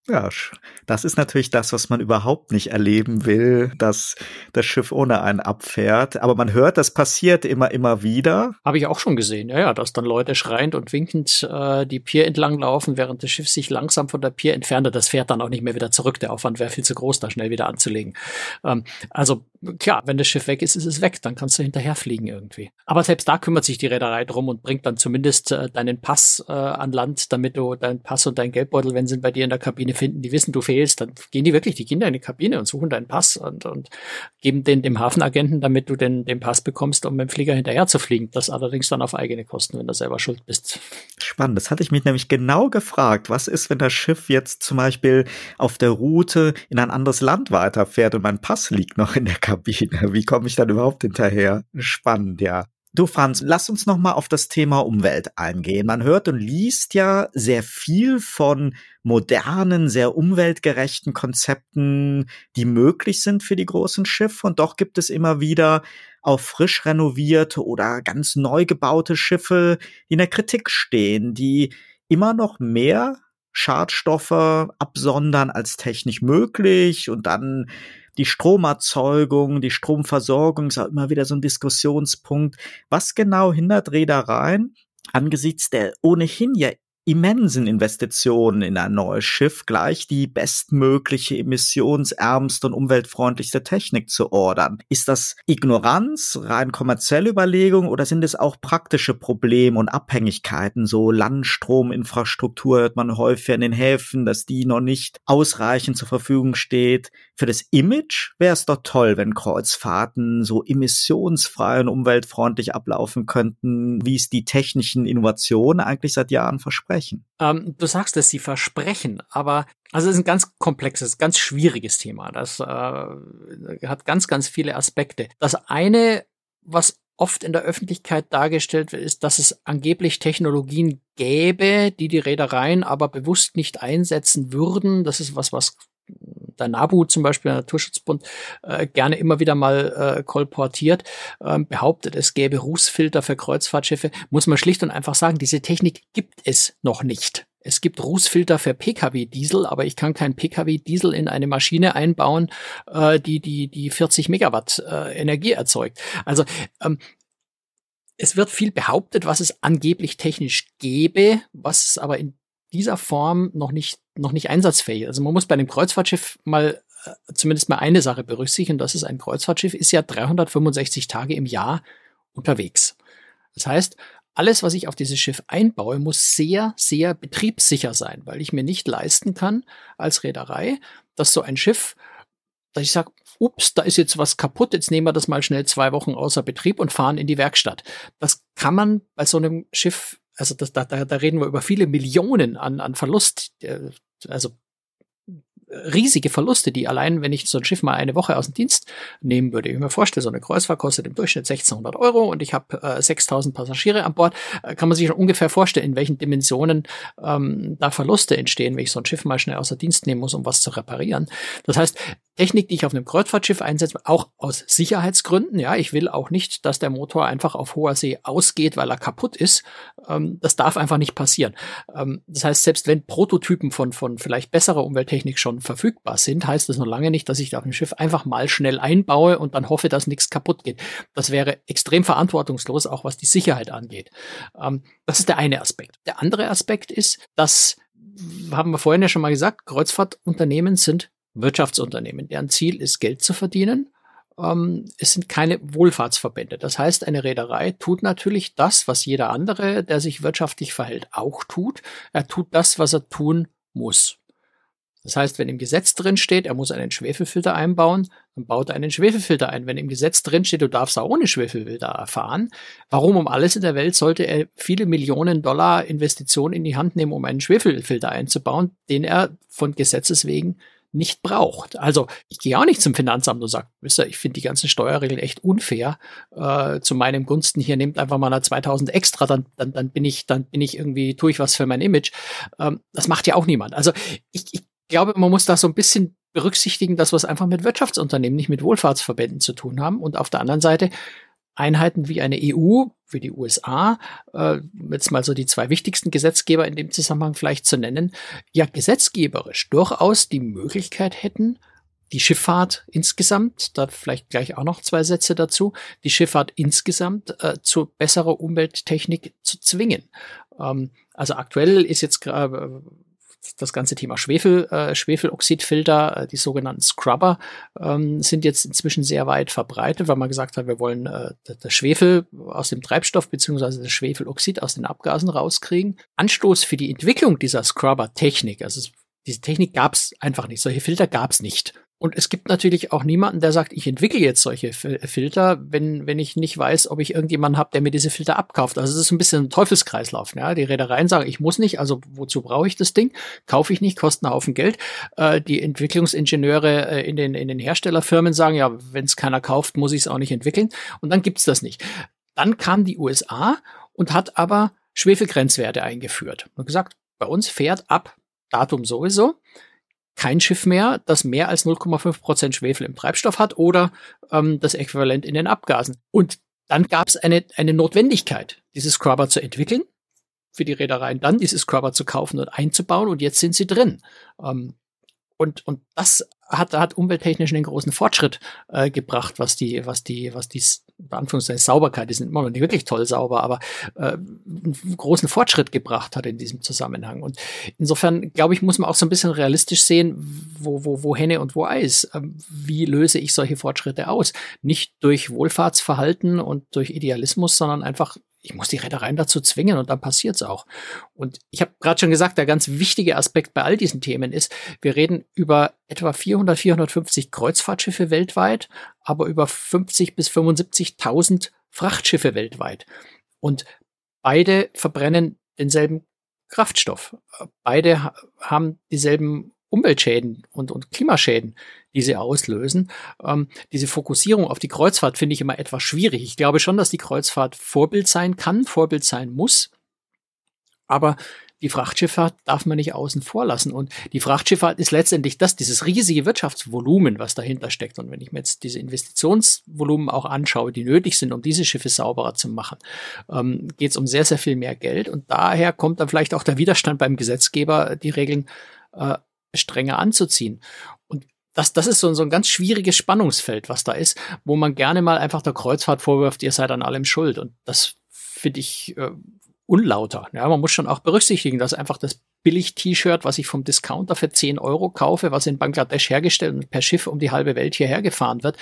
Ja, das ist natürlich das, was man überhaupt nicht erleben will, dass das Schiff ohne einen abfährt. Aber man hört, das passiert immer, immer wieder.
Habe ich auch schon gesehen, ja, ja, dass dann Leute schreiend und winkend äh, die Pier entlang laufen, während das Schiff sich langsam von der Pier entfernt. Das fährt dann auch nicht mehr wieder zurück. Der Aufwand wäre viel zu groß, da schnell wieder anzulegen. Ähm, also klar, wenn das Schiff weg ist, ist es weg. Dann kannst du hinterherfliegen irgendwie. Aber selbst da kümmert sich die Reederei drum und bringt dann zumindest äh, deinen Pass äh, an Land, damit du deinen Pass und deinen Geldbeutel, wenn sie bei dir in der Kabine finden, die wissen, du fehlst, dann gehen die wirklich, die gehen da in die Kabine und suchen deinen Pass und, und geben den dem Hafenagenten, damit du den, den Pass bekommst, um mit dem Flieger hinterher zu fliegen. Das allerdings dann auf eigene Kosten, wenn du selber schuld bist.
Spannend, das hatte ich mich nämlich genau gefragt. Was ist, wenn das Schiff jetzt zum Beispiel auf der Route in ein anderes Land weiterfährt und mein Pass liegt noch in der Kabine? Wie komme ich dann überhaupt hinterher? Spannend, ja. Du Franz, lass uns noch mal auf das Thema Umwelt eingehen. Man hört und liest ja sehr viel von modernen, sehr umweltgerechten Konzepten, die möglich sind für die großen Schiffe. Und doch gibt es immer wieder auch frisch renovierte oder ganz neu gebaute Schiffe, die in der Kritik stehen, die immer noch mehr Schadstoffe absondern als technisch möglich und dann die Stromerzeugung, die Stromversorgung ist auch immer wieder so ein Diskussionspunkt. Was genau hindert Reedereien angesichts der ohnehin ja immensen Investitionen in ein neues Schiff gleich die bestmögliche, emissionsärmste und umweltfreundlichste Technik zu ordern? Ist das Ignoranz, rein kommerzielle Überlegung oder sind es auch praktische Probleme und Abhängigkeiten? So Landstrominfrastruktur hört man häufig in den Häfen, dass die noch nicht ausreichend zur Verfügung steht. Für das Image wäre es doch toll, wenn Kreuzfahrten so emissionsfrei und umweltfreundlich ablaufen könnten, wie es die technischen Innovationen eigentlich seit Jahren versprechen.
Ähm, du sagst es, sie versprechen, aber also es ist ein ganz komplexes, ganz schwieriges Thema. Das äh, hat ganz, ganz viele Aspekte. Das eine, was oft in der Öffentlichkeit dargestellt wird, ist, dass es angeblich Technologien gäbe, die die Reedereien aber bewusst nicht einsetzen würden. Das ist was, was der NABU zum Beispiel, der Naturschutzbund, äh, gerne immer wieder mal äh, kolportiert, äh, behauptet, es gäbe Rußfilter für Kreuzfahrtschiffe, muss man schlicht und einfach sagen, diese Technik gibt es noch nicht. Es gibt Rußfilter für Pkw-Diesel, aber ich kann kein Pkw-Diesel in eine Maschine einbauen, äh, die die die vierzig Megawatt äh, Energie erzeugt. Also ähm, es wird viel behauptet, was es angeblich technisch gäbe, was es aber in dieser Form noch nicht noch nicht einsatzfähig. Also man muss bei einem Kreuzfahrtschiff mal äh, zumindest mal eine Sache berücksichtigen, das ist ein Kreuzfahrtschiff, ist ja dreihundertfünfundsechzig Tage im Jahr unterwegs. Das heißt, alles, was ich auf dieses Schiff einbaue, muss sehr, sehr betriebssicher sein, weil ich mir nicht leisten kann als Reederei, dass so ein Schiff, dass ich sage, ups, da ist jetzt was kaputt, jetzt nehmen wir das mal schnell zwei Wochen außer Betrieb und fahren in die Werkstatt. Das kann man bei so einem Schiff, also das, da, da reden wir über viele Millionen an, an Verlust, also riesige Verluste, die allein, wenn ich so ein Schiff mal eine Woche aus dem Dienst nehmen würde, ich mir vorstelle, so eine Kreuzfahrt kostet im Durchschnitt sechzehnhundert Euro und ich habe äh, sechstausend Passagiere an Bord, äh, kann man sich schon ungefähr vorstellen, in welchen Dimensionen ähm, da Verluste entstehen, wenn ich so ein Schiff mal schnell außer Dienst nehmen muss, um was zu reparieren. Das heißt, Technik, die ich auf einem Kreuzfahrtschiff einsetze, auch aus Sicherheitsgründen, ja, ich will auch nicht, dass der Motor einfach auf hoher See ausgeht, weil er kaputt ist. Ähm, das darf einfach nicht passieren. Ähm, das heißt, selbst wenn Prototypen von von vielleicht besserer Umwelttechnik schon verfügbar sind, heißt das noch lange nicht, dass ich da auf dem Schiff einfach mal schnell einbaue und dann hoffe, dass nichts kaputt geht. Das wäre extrem verantwortungslos, auch was die Sicherheit angeht. Ähm, das ist der eine Aspekt. Der andere Aspekt ist, dass, haben wir vorhin ja schon mal gesagt, Kreuzfahrtunternehmen sind Wirtschaftsunternehmen. Deren Ziel ist, Geld zu verdienen. Ähm, es sind keine Wohlfahrtsverbände. Das heißt, eine Reederei tut natürlich das, was jeder andere, der sich wirtschaftlich verhält, auch tut. Er tut das, was er tun muss. Das heißt, wenn im Gesetz drin steht, er muss einen Schwefelfilter einbauen, dann baut er einen Schwefelfilter ein. Wenn im Gesetz drin steht, du darfst auch ohne Schwefelfilter fahren, warum um alles in der Welt sollte er viele Millionen Dollar Investitionen in die Hand nehmen, um einen Schwefelfilter einzubauen, den er von Gesetzes wegen nicht braucht. Also ich gehe auch nicht zum Finanzamt und sage, wisst ihr, ich finde die ganzen Steuerregeln echt unfair. Äh, zu meinem Gunsten hier nehmt einfach mal eine zweitausend extra, dann, dann, dann bin ich, dann bin ich irgendwie, tue ich was für mein Image. Ähm, das macht ja auch niemand. Also ich, ich glaube, man muss da so ein bisschen berücksichtigen, dass wir es einfach mit Wirtschaftsunternehmen, nicht mit Wohlfahrtsverbänden zu tun haben. Und auf der anderen Seite Einheiten wie eine E U, wie die U S A, äh, jetzt mal so die zwei wichtigsten Gesetzgeber in dem Zusammenhang vielleicht zu nennen, ja gesetzgeberisch durchaus die Möglichkeit hätten, die Schifffahrt insgesamt, da vielleicht gleich auch noch zwei Sätze dazu, die Schifffahrt insgesamt äh, zu besserer Umwelttechnik zu zwingen. Ähm, also aktuell ist jetzt gerade äh, das ganze Thema Schwefel, äh, Schwefeloxidfilter, äh, die sogenannten Scrubber, ähm, sind jetzt inzwischen sehr weit verbreitet, weil man gesagt hat, wir wollen äh, das Schwefel aus dem Treibstoff beziehungsweise das Schwefeloxid aus den Abgasen rauskriegen. Anstoß für die Entwicklung dieser Scrubber-Technik, also es, diese Technik gab es einfach nicht, solche Filter gab es nicht. Und es gibt natürlich auch niemanden, der sagt, ich entwickle jetzt solche Filter, wenn wenn ich nicht weiß, ob ich irgendjemanden habe, der mir diese Filter abkauft. Also es ist ein bisschen ein Teufelskreislauf. Ja? Die Reedereien sagen, ich muss nicht, also wozu brauche ich das Ding? Kaufe ich nicht, kostet einen Haufen Geld. Äh, die Entwicklungsingenieure äh, in den in den Herstellerfirmen sagen, ja, wenn es keiner kauft, muss ich es auch nicht entwickeln. Und dann gibt's das nicht. Dann kam die U S A und hat aber Schwefelgrenzwerte eingeführt und gesagt, bei uns fährt ab Datum sowieso kein Schiff mehr, das mehr als null Komma fünf Prozent Schwefel im Treibstoff hat oder ähm, das Äquivalent in den Abgasen. Und dann gab es eine, eine Notwendigkeit, diese Scrubber zu entwickeln, für die Reedereien dann diese Scrubber zu kaufen und einzubauen und jetzt sind sie drin. Ähm, und, und das hat, hat umwelttechnisch einen großen Fortschritt äh, gebracht, was die, was die, was die, Anführungszeichen Sauberkeit, die sind immer noch nicht wirklich toll sauber, aber äh, einen großen Fortschritt gebracht hat in diesem Zusammenhang. Und insofern, glaube ich, muss man auch so ein bisschen realistisch sehen, wo, wo, wo Henne und wo Ei ist. Ähm, wie löse ich solche Fortschritte aus? Nicht durch Wohlfahrtsverhalten und durch Idealismus, sondern einfach, ich muss die Reedereien dazu zwingen und dann passiert's auch. Und ich habe gerade schon gesagt, der ganz wichtige Aspekt bei all diesen Themen ist, wir reden über etwa vierhundert, vierhundertfünfzig Kreuzfahrtschiffe weltweit, aber über fünfzig bis fünfundsiebzigtausend Frachtschiffe weltweit. Und beide verbrennen denselben Kraftstoff. Beide ha- haben dieselben Umweltschäden und, und Klimaschäden, die sie auslösen. Ähm, diese Fokussierung auf die Kreuzfahrt finde ich immer etwas schwierig. Ich glaube schon, dass die Kreuzfahrt Vorbild sein kann, Vorbild sein muss. Aber die Frachtschifffahrt darf man nicht außen vor lassen. Und die Frachtschifffahrt ist letztendlich das, dieses riesige Wirtschaftsvolumen, was dahinter steckt. Und wenn ich mir jetzt diese Investitionsvolumen auch anschaue, die nötig sind, um diese Schiffe sauberer zu machen, ähm, geht es um sehr, sehr viel mehr Geld. Und daher kommt dann vielleicht auch der Widerstand beim Gesetzgeber, die Regeln äh, strenger anzuziehen. Und das, das ist so, so ein ganz schwieriges Spannungsfeld, was da ist, wo man gerne mal einfach der Kreuzfahrt vorwirft, ihr seid an allem schuld. Und das finde ich äh, unlauter. Ja, man muss schon auch berücksichtigen, dass einfach das Billig-T-Shirt, was ich vom Discounter für zehn Euro kaufe, was in Bangladesch hergestellt und per Schiff um die halbe Welt hierher gefahren wird,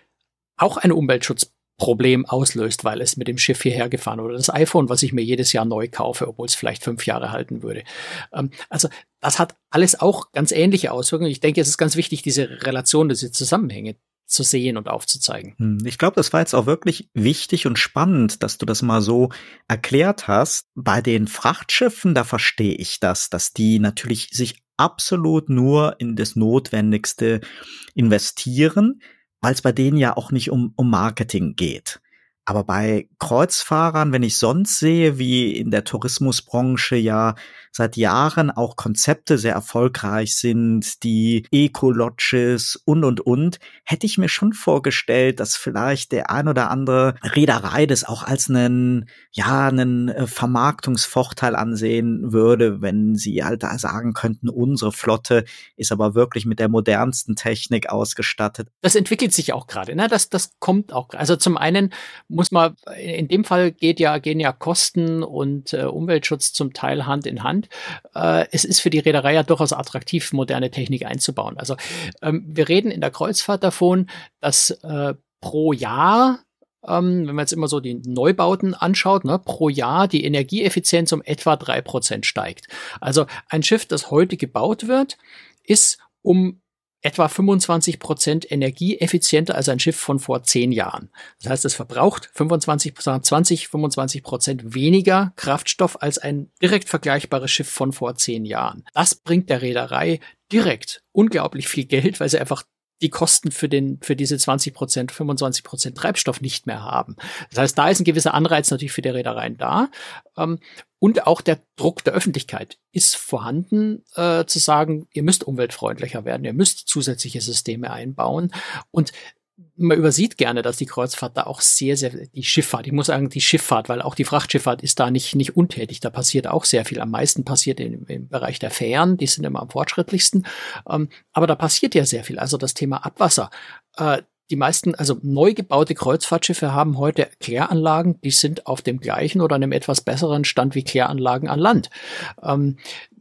auch ein Umweltschutzproblem auslöst, weil es mit dem Schiff hierher gefahren oder das iPhone, was ich mir jedes Jahr neu kaufe, obwohl es vielleicht fünf Jahre halten würde. Ähm, also das hat alles auch ganz ähnliche Auswirkungen. Ich denke, es ist ganz wichtig, diese Relation, diese Zusammenhänge zu sehen und aufzuzeigen.
Ich glaube, das war jetzt auch wirklich wichtig und spannend, dass du das mal so erklärt hast. Bei den Frachtschiffen, da verstehe ich das, dass die natürlich sich absolut nur in das Notwendigste investieren, weil es bei denen ja auch nicht um, um Marketing geht. Aber bei Kreuzfahrern, wenn ich sonst sehe, wie in der Tourismusbranche ja seit Jahren auch Konzepte sehr erfolgreich sind, die Eco-Lodges und, und, und, hätte ich mir schon vorgestellt, dass vielleicht der ein oder andere Reederei das auch als einen, ja, einen Vermarktungsvorteil ansehen würde, wenn sie halt da sagen könnten, unsere Flotte ist aber wirklich mit der modernsten Technik ausgestattet.
Das entwickelt sich auch gerade, ne? Das, das kommt auch. Also zum einen muss man, in dem Fall geht ja, gehen ja Kosten und äh, Umweltschutz zum Teil Hand in Hand. Äh, es ist für die Reederei ja durchaus attraktiv, moderne Technik einzubauen. Also ähm, wir reden in der Kreuzfahrt davon, dass äh, pro Jahr, ähm, wenn man jetzt immer so die Neubauten anschaut, ne, pro Jahr die Energieeffizienz um etwa drei Prozent steigt. Also ein Schiff, das heute gebaut wird, ist um etwa fünfundzwanzig Prozent energieeffizienter als ein Schiff von vor zehn Jahren. Das heißt, es verbraucht fünfundzwanzig, zwanzig, fünfundzwanzig Prozent weniger Kraftstoff als ein direkt vergleichbares Schiff von vor zehn Jahren. Das bringt der Reederei direkt unglaublich viel Geld, weil sie einfach die Kosten für den, für diese zwanzig Prozent, fünfundzwanzig Prozent Treibstoff nicht mehr haben. Das heißt, da ist ein gewisser Anreiz natürlich für die Reedereien da. Ähm, und auch der Druck der Öffentlichkeit ist vorhanden, äh, zu sagen, ihr müsst umweltfreundlicher werden, ihr müsst zusätzliche Systeme einbauen. Und man übersieht gerne, dass die Kreuzfahrt da auch sehr, sehr, die Schifffahrt, ich muss sagen, die Schifffahrt, weil auch die Frachtschifffahrt ist da nicht, nicht untätig. Da passiert auch sehr viel. Am meisten passiert im, im Bereich der Fähren, die sind immer am fortschrittlichsten. Ähm, aber da passiert ja sehr viel. Also das Thema Abwasser. Äh, die meisten, also neu gebaute Kreuzfahrtschiffe haben heute Kläranlagen, die sind auf dem gleichen oder einem etwas besseren Stand wie Kläranlagen an Land. Ähm,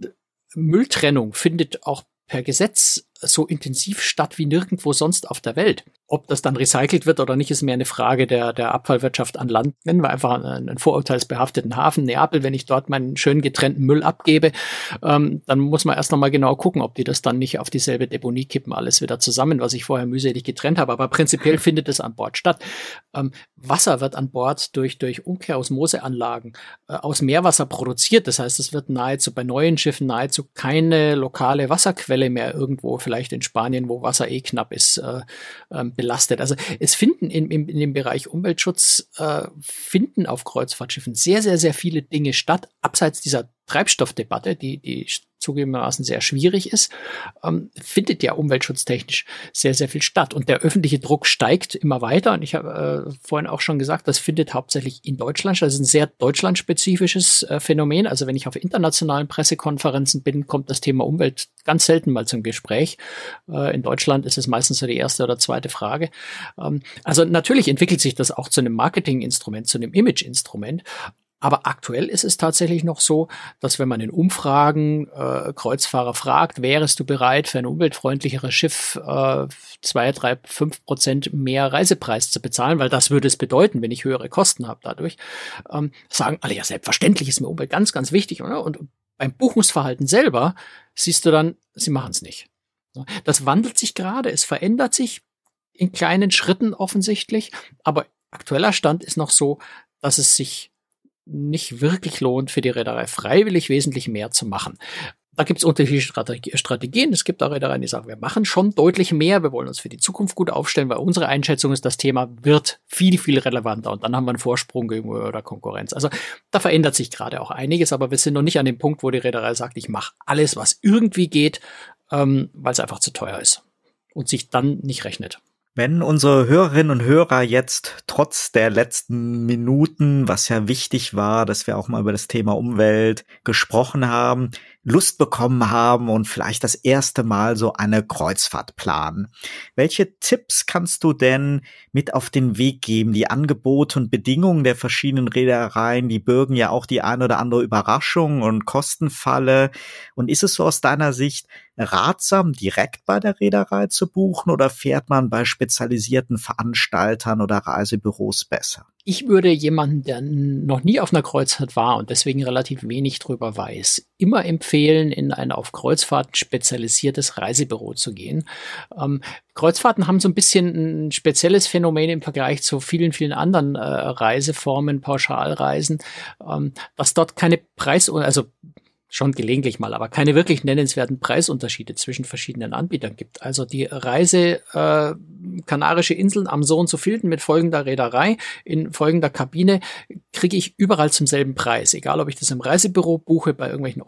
Mülltrennung findet auch per Gesetz so intensiv statt wie nirgendwo sonst auf der Welt. Ob das dann recycelt wird oder nicht, ist mehr eine Frage der, der Abfallwirtschaft an Land. Nennen wir einfach einen, einen vorurteilsbehafteten Hafen, Neapel. Wenn ich dort meinen schön getrennten Müll abgebe, ähm, dann muss man erst noch mal genau gucken, ob die das dann nicht auf dieselbe Deponie kippen, alles wieder zusammen, was ich vorher mühselig getrennt habe. Aber prinzipiell findet es an Bord statt. Ähm, Wasser wird an Bord durch, durch Umkehrosmoseanlagen äh, aus Meerwasser produziert. Das heißt, es wird nahezu bei neuen Schiffen nahezu keine lokale Wasserquelle mehr irgendwo, vielleicht in Spanien, wo Wasser eh knapp ist, äh, ähm, belastet. Also es finden in, in, in dem Bereich Umweltschutz, äh, finden auf Kreuzfahrtschiffen sehr, sehr, sehr viele Dinge statt, abseits dieser Treibstoffdebatte, die, die zugegebenermaßen sehr schwierig ist, ähm, findet ja umweltschutztechnisch sehr, sehr viel statt. Und der öffentliche Druck steigt immer weiter. Und ich habe äh, vorhin auch schon gesagt, das findet hauptsächlich in Deutschland statt. Das ist ein sehr deutschlandspezifisches äh, Phänomen. Also wenn ich auf internationalen Pressekonferenzen bin, kommt das Thema Umwelt ganz selten mal zum Gespräch. Äh, in Deutschland ist es meistens so die erste oder zweite Frage. Ähm, also natürlich entwickelt sich das auch zu einem Marketinginstrument, zu einem Imageinstrument. Aber aktuell ist es tatsächlich noch so, dass wenn man in Umfragen äh, Kreuzfahrer fragt, wärest du bereit, für ein umweltfreundlicheres Schiff äh, zwei, drei, fünf Prozent mehr Reisepreis zu bezahlen, weil das würde es bedeuten, wenn ich höhere Kosten habe dadurch, ähm, sagen alle, ja selbstverständlich ist mir Umwelt ganz, ganz wichtig. Oder? Und beim Buchungsverhalten selber siehst du dann, sie machen es nicht. Das wandelt sich gerade, es verändert sich in kleinen Schritten offensichtlich, aber aktueller Stand ist noch so, dass es sich nicht wirklich lohnt, für die Reederei freiwillig wesentlich mehr zu machen. Da gibt es unterschiedliche Strategien. Es gibt auch Reedereien, die sagen, wir machen schon deutlich mehr, wir wollen uns für die Zukunft gut aufstellen, weil unsere Einschätzung ist, das Thema wird viel, viel relevanter und dann haben wir einen Vorsprung gegenüber der Konkurrenz. Also da verändert sich gerade auch einiges, aber wir sind noch nicht an dem Punkt, wo die Reederei sagt, ich mache alles, was irgendwie geht, ähm, weil es einfach zu teuer ist und sich dann nicht rechnet.
Wenn unsere Hörerinnen und Hörer jetzt trotz der letzten Minuten, was ja wichtig war, dass wir auch mal über das Thema Umwelt gesprochen haben, Lust bekommen haben und vielleicht das erste Mal so eine Kreuzfahrt planen. Welche Tipps kannst du denn mit auf den Weg geben? Die Angebote und Bedingungen der verschiedenen Reedereien, die bürgen ja auch die ein oder andere Überraschung und Kostenfalle. Und ist es so aus deiner Sicht ratsam, direkt bei der Reederei zu buchen oder fährt man bei spezialisierten Veranstaltern oder Reisebüros besser?
Ich würde jemanden, der noch nie auf einer Kreuzfahrt war und deswegen relativ wenig drüber weiß, immer empfehlen, in ein auf Kreuzfahrten spezialisiertes Reisebüro zu gehen. Ähm, Kreuzfahrten haben so ein bisschen ein spezielles Phänomen im Vergleich zu vielen, vielen anderen äh, Reiseformen, Pauschalreisen, ähm, dass dort keine Preis, also schon gelegentlich mal, aber keine wirklich nennenswerten Preisunterschiede zwischen verschiedenen Anbietern gibt. Also die Reise äh, Kanarische Inseln am so und so vielten mit folgender Reederei in folgender Kabine kriege ich überall zum selben Preis. Egal, ob ich das im Reisebüro buche, bei irgendwelchen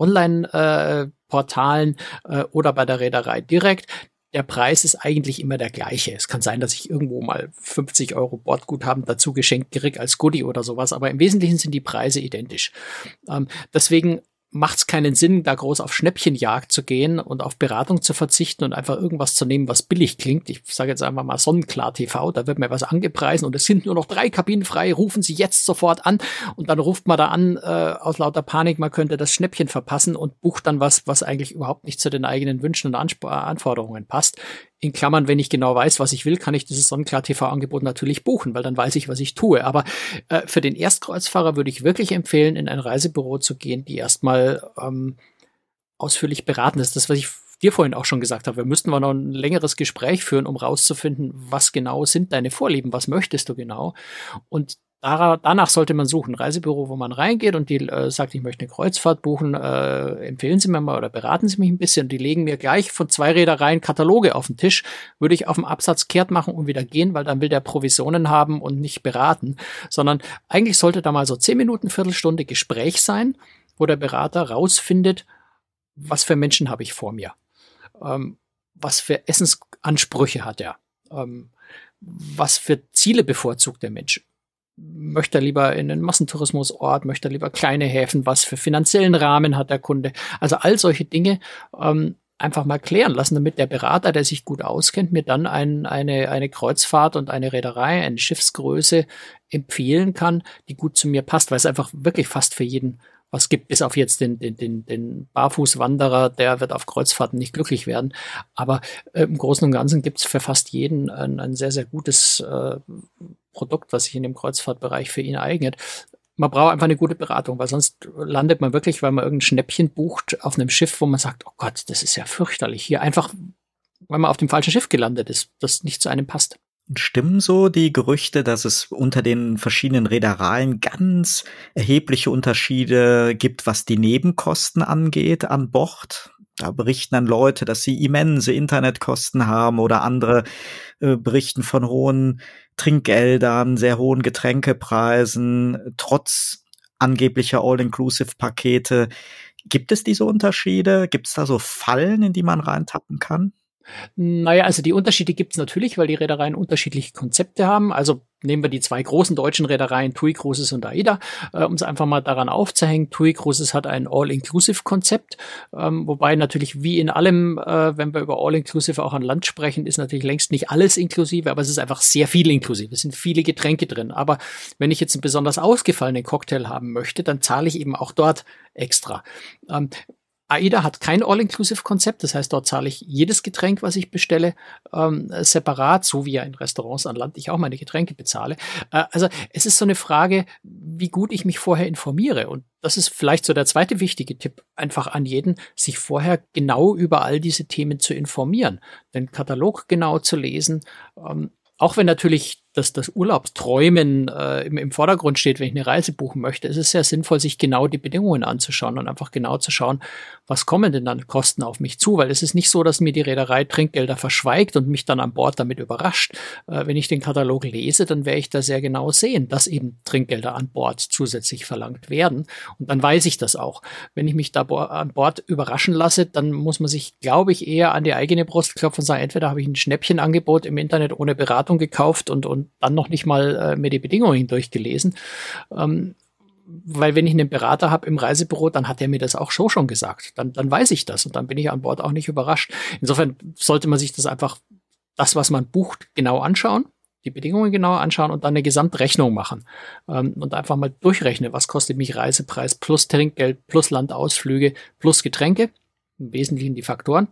Online-Portalen äh, äh, oder bei der Reederei direkt. Der Preis ist eigentlich immer der gleiche. Es kann sein, dass ich irgendwo mal fünfzig Euro Bordguthaben dazu geschenkt kriege als Goodie oder sowas, aber im Wesentlichen sind die Preise identisch. Ähm, deswegen macht es keinen Sinn, da groß auf Schnäppchenjagd zu gehen und auf Beratung zu verzichten und einfach irgendwas zu nehmen, was billig klingt. Ich sage jetzt einfach mal Sonnenklar T V, da wird mir was angepreisen und es sind nur noch drei Kabinen frei, rufen Sie jetzt sofort an und dann ruft man da an äh, aus lauter Panik, man könnte das Schnäppchen verpassen und bucht dann was, was eigentlich überhaupt nicht zu den eigenen Wünschen und Ansp- Anforderungen passt. In Klammern, wenn ich genau weiß, was ich will, kann ich dieses Sonnenklar-T V-Angebot natürlich buchen, weil dann weiß ich, was ich tue. Aber äh, für den Erstkreuzfahrer würde ich wirklich empfehlen, in ein Reisebüro zu gehen, die erstmal ähm, ausführlich beraten. Das ist das, was ich dir vorhin auch schon gesagt habe. Wir müssten mal noch ein längeres Gespräch führen, um rauszufinden, was genau sind deine Vorlieben, was möchtest du genau. Und danach sollte man suchen. Ein Reisebüro, wo man reingeht und die äh, sagt, ich möchte eine Kreuzfahrt buchen, äh, empfehlen Sie mir mal oder beraten Sie mich ein bisschen. Die legen mir gleich von zwei Reedereien Kataloge auf den Tisch, würde ich auf dem Absatz kehrt machen und wieder gehen, weil dann will der Provisionen haben und nicht beraten. Sondern eigentlich sollte da mal so zehn Minuten, Viertelstunde Gespräch sein, wo der Berater rausfindet, was für Menschen habe ich vor mir. Ähm, was für Essensansprüche hat er. Ähm, was für Ziele bevorzugt der Mensch. Möchte er lieber in einen Massentourismusort, möchte er lieber kleine Häfen, was für finanziellen Rahmen hat der Kunde. Also all solche Dinge ähm, einfach mal klären lassen, damit der Berater, der sich gut auskennt, mir dann ein, eine, eine Kreuzfahrt und eine Reederei, eine Schiffsgröße empfehlen kann, die gut zu mir passt, weil es einfach wirklich fast für jeden was gibt, bis auf jetzt den, den, den, den Barfußwanderer, der wird auf Kreuzfahrten nicht glücklich werden. Aber äh, im Großen und Ganzen gibt es für fast jeden ein, ein sehr, sehr gutes äh, Produkt, was sich in dem Kreuzfahrtbereich für ihn eignet. Man braucht einfach eine gute Beratung, weil sonst landet man wirklich, weil man irgendein Schnäppchen bucht auf einem Schiff, wo man sagt, oh Gott, das ist ja fürchterlich. Hier einfach, weil man auf dem falschen Schiff gelandet ist, das nicht zu einem passt.
Stimmen so die Gerüchte, dass es unter den verschiedenen Reedereien ganz erhebliche Unterschiede gibt, was die Nebenkosten angeht an Bord? Da berichten dann Leute, dass sie immense Internetkosten haben oder andere äh, berichten von hohen Trinkgeldern, sehr hohen Getränkepreisen, trotz angeblicher All-Inclusive-Pakete. Gibt es diese Unterschiede? Gibt es da so Fallen, in die man reintappen kann?
Naja, also die Unterschiede gibt's natürlich, weil die Reedereien unterschiedliche Konzepte haben. Also nehmen wir die zwei großen deutschen Reedereien, TUI Cruises und AIDA, äh, um es einfach mal daran aufzuhängen. TUI Cruises hat ein All-Inclusive-Konzept, ähm, wobei natürlich wie in allem, äh, wenn wir über All-Inclusive auch an Land sprechen, ist natürlich längst nicht alles inklusive, aber es ist einfach sehr viel inklusive. Es sind viele Getränke drin. Aber wenn ich jetzt einen besonders ausgefallenen Cocktail haben möchte, dann zahle ich eben auch dort extra. Ähm, AIDA hat kein All-Inclusive-Konzept, das heißt, dort zahle ich jedes Getränk, was ich bestelle, ähm, separat, so wie ja in Restaurants an Land ich auch meine Getränke bezahle. Äh, also es ist so eine Frage, wie gut ich mich vorher informiere. Und das ist vielleicht so der zweite wichtige Tipp, einfach an jeden, sich vorher genau über all diese Themen zu informieren, den Katalog genau zu lesen, ähm, auch wenn natürlich das, das Urlaubsträumen äh, im, im Vordergrund steht, wenn ich eine Reise buchen möchte, ist es sehr sinnvoll, sich genau die Bedingungen anzuschauen und einfach genau zu schauen, was kommen denn dann Kosten auf mich zu, weil es ist nicht so, dass mir die Reederei Trinkgelder verschweigt und mich dann an Bord damit überrascht. Äh, wenn ich den Katalog lese, dann werde ich da sehr genau sehen, dass eben Trinkgelder an Bord zusätzlich verlangt werden und dann weiß ich das auch. Wenn ich mich da bo- an Bord überraschen lasse, dann muss man sich, glaube ich, eher an die eigene Brust klopfen und sagen, entweder habe ich ein Schnäppchenangebot im Internet ohne Beratung gekauft und, und dann noch nicht mal äh, mir die Bedingungen durchgelesen. Ähm, weil wenn ich einen Berater habe im Reisebüro, dann hat er mir das auch so schon gesagt. Dann, dann weiß ich das und dann bin ich an Bord auch nicht überrascht. Insofern sollte man sich das einfach, das, was man bucht, genau anschauen, die Bedingungen genau anschauen und dann eine Gesamtrechnung machen. Ähm, und einfach mal durchrechnen, was kostet mich Reisepreis plus Trinkgeld, plus Landausflüge, plus Getränke. Im Wesentlichen die Faktoren,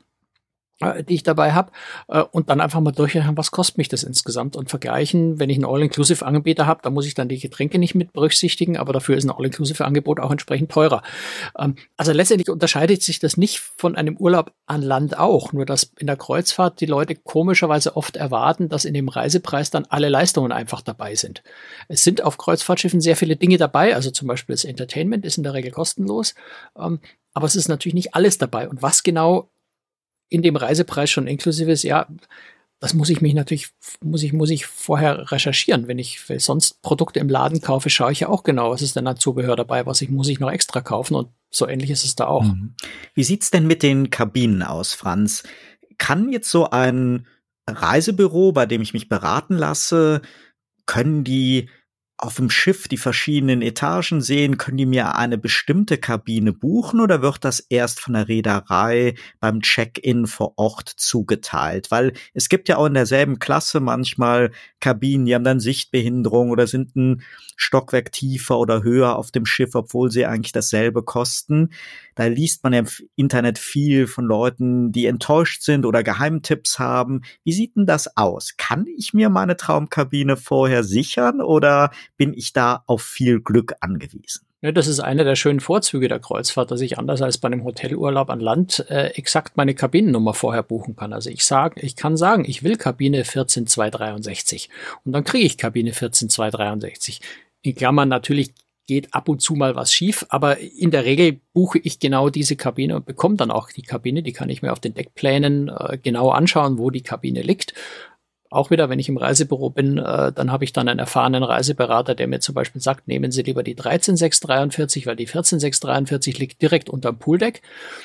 die ich dabei habe, und dann einfach mal durchrechnen, was kostet mich das insgesamt und vergleichen. Wenn ich ein All-Inclusive-Anbieter habe, dann muss ich dann die Getränke nicht mit berücksichtigen, aber dafür ist ein All-Inclusive-Angebot auch entsprechend teurer. Also letztendlich unterscheidet sich das nicht von einem Urlaub an Land auch, nur dass in der Kreuzfahrt die Leute komischerweise oft erwarten, dass in dem Reisepreis dann alle Leistungen einfach dabei sind. Es sind auf Kreuzfahrtschiffen sehr viele Dinge dabei, also zum Beispiel das Entertainment ist in der Regel kostenlos, aber es ist natürlich nicht alles dabei. Und was genau in dem Reisepreis schon inklusive ist, ja, das muss ich mich natürlich, muss ich, muss ich vorher recherchieren. Wenn ich sonst Produkte im Laden kaufe, schaue ich ja auch genau, was ist denn an Zubehör dabei, was ich, muss ich noch extra kaufen und so ähnlich ist es da auch.
Wie sieht's denn mit den Kabinen aus, Franz? Kann jetzt so ein Reisebüro, bei dem ich mich beraten lasse, können die auf dem Schiff die verschiedenen Etagen sehen? Können die mir eine bestimmte Kabine buchen oder wird das erst von der Reederei beim Check-in vor Ort zugeteilt? Weil es gibt ja auch in derselben Klasse manchmal Kabinen, die haben dann Sichtbehinderung oder sind ein Stockwerk tiefer oder höher auf dem Schiff, obwohl sie eigentlich dasselbe kosten. Da liest man ja im Internet viel von Leuten, die enttäuscht sind oder Geheimtipps haben. Wie sieht denn das aus? Kann ich mir meine Traumkabine vorher sichern oder bin ich da auf viel Glück angewiesen?
Ja, das ist einer der schönen Vorzüge der Kreuzfahrt, dass ich anders als bei einem Hotelurlaub an Land äh, exakt meine Kabinennummer vorher buchen kann. Also ich sage, ich kann sagen, ich will Kabine vierzehn zwei dreiundsechzig und dann kriege ich Kabine vierzehn zwei dreiundsechzig. In Klammern natürlich geht ab und zu mal was schief, aber in der Regel buche ich genau diese Kabine und bekomme dann auch die Kabine. Die kann ich mir auf den Deckplänen äh, genau anschauen, wo die Kabine liegt. Auch wieder, wenn ich im Reisebüro bin, äh, dann habe ich dann einen erfahrenen Reiseberater, der mir zum Beispiel sagt, nehmen Sie lieber die dreizehn sechs dreiundvierzig, weil die vierzehn sechs dreiundvierzig liegt direkt unterm Pooldeck.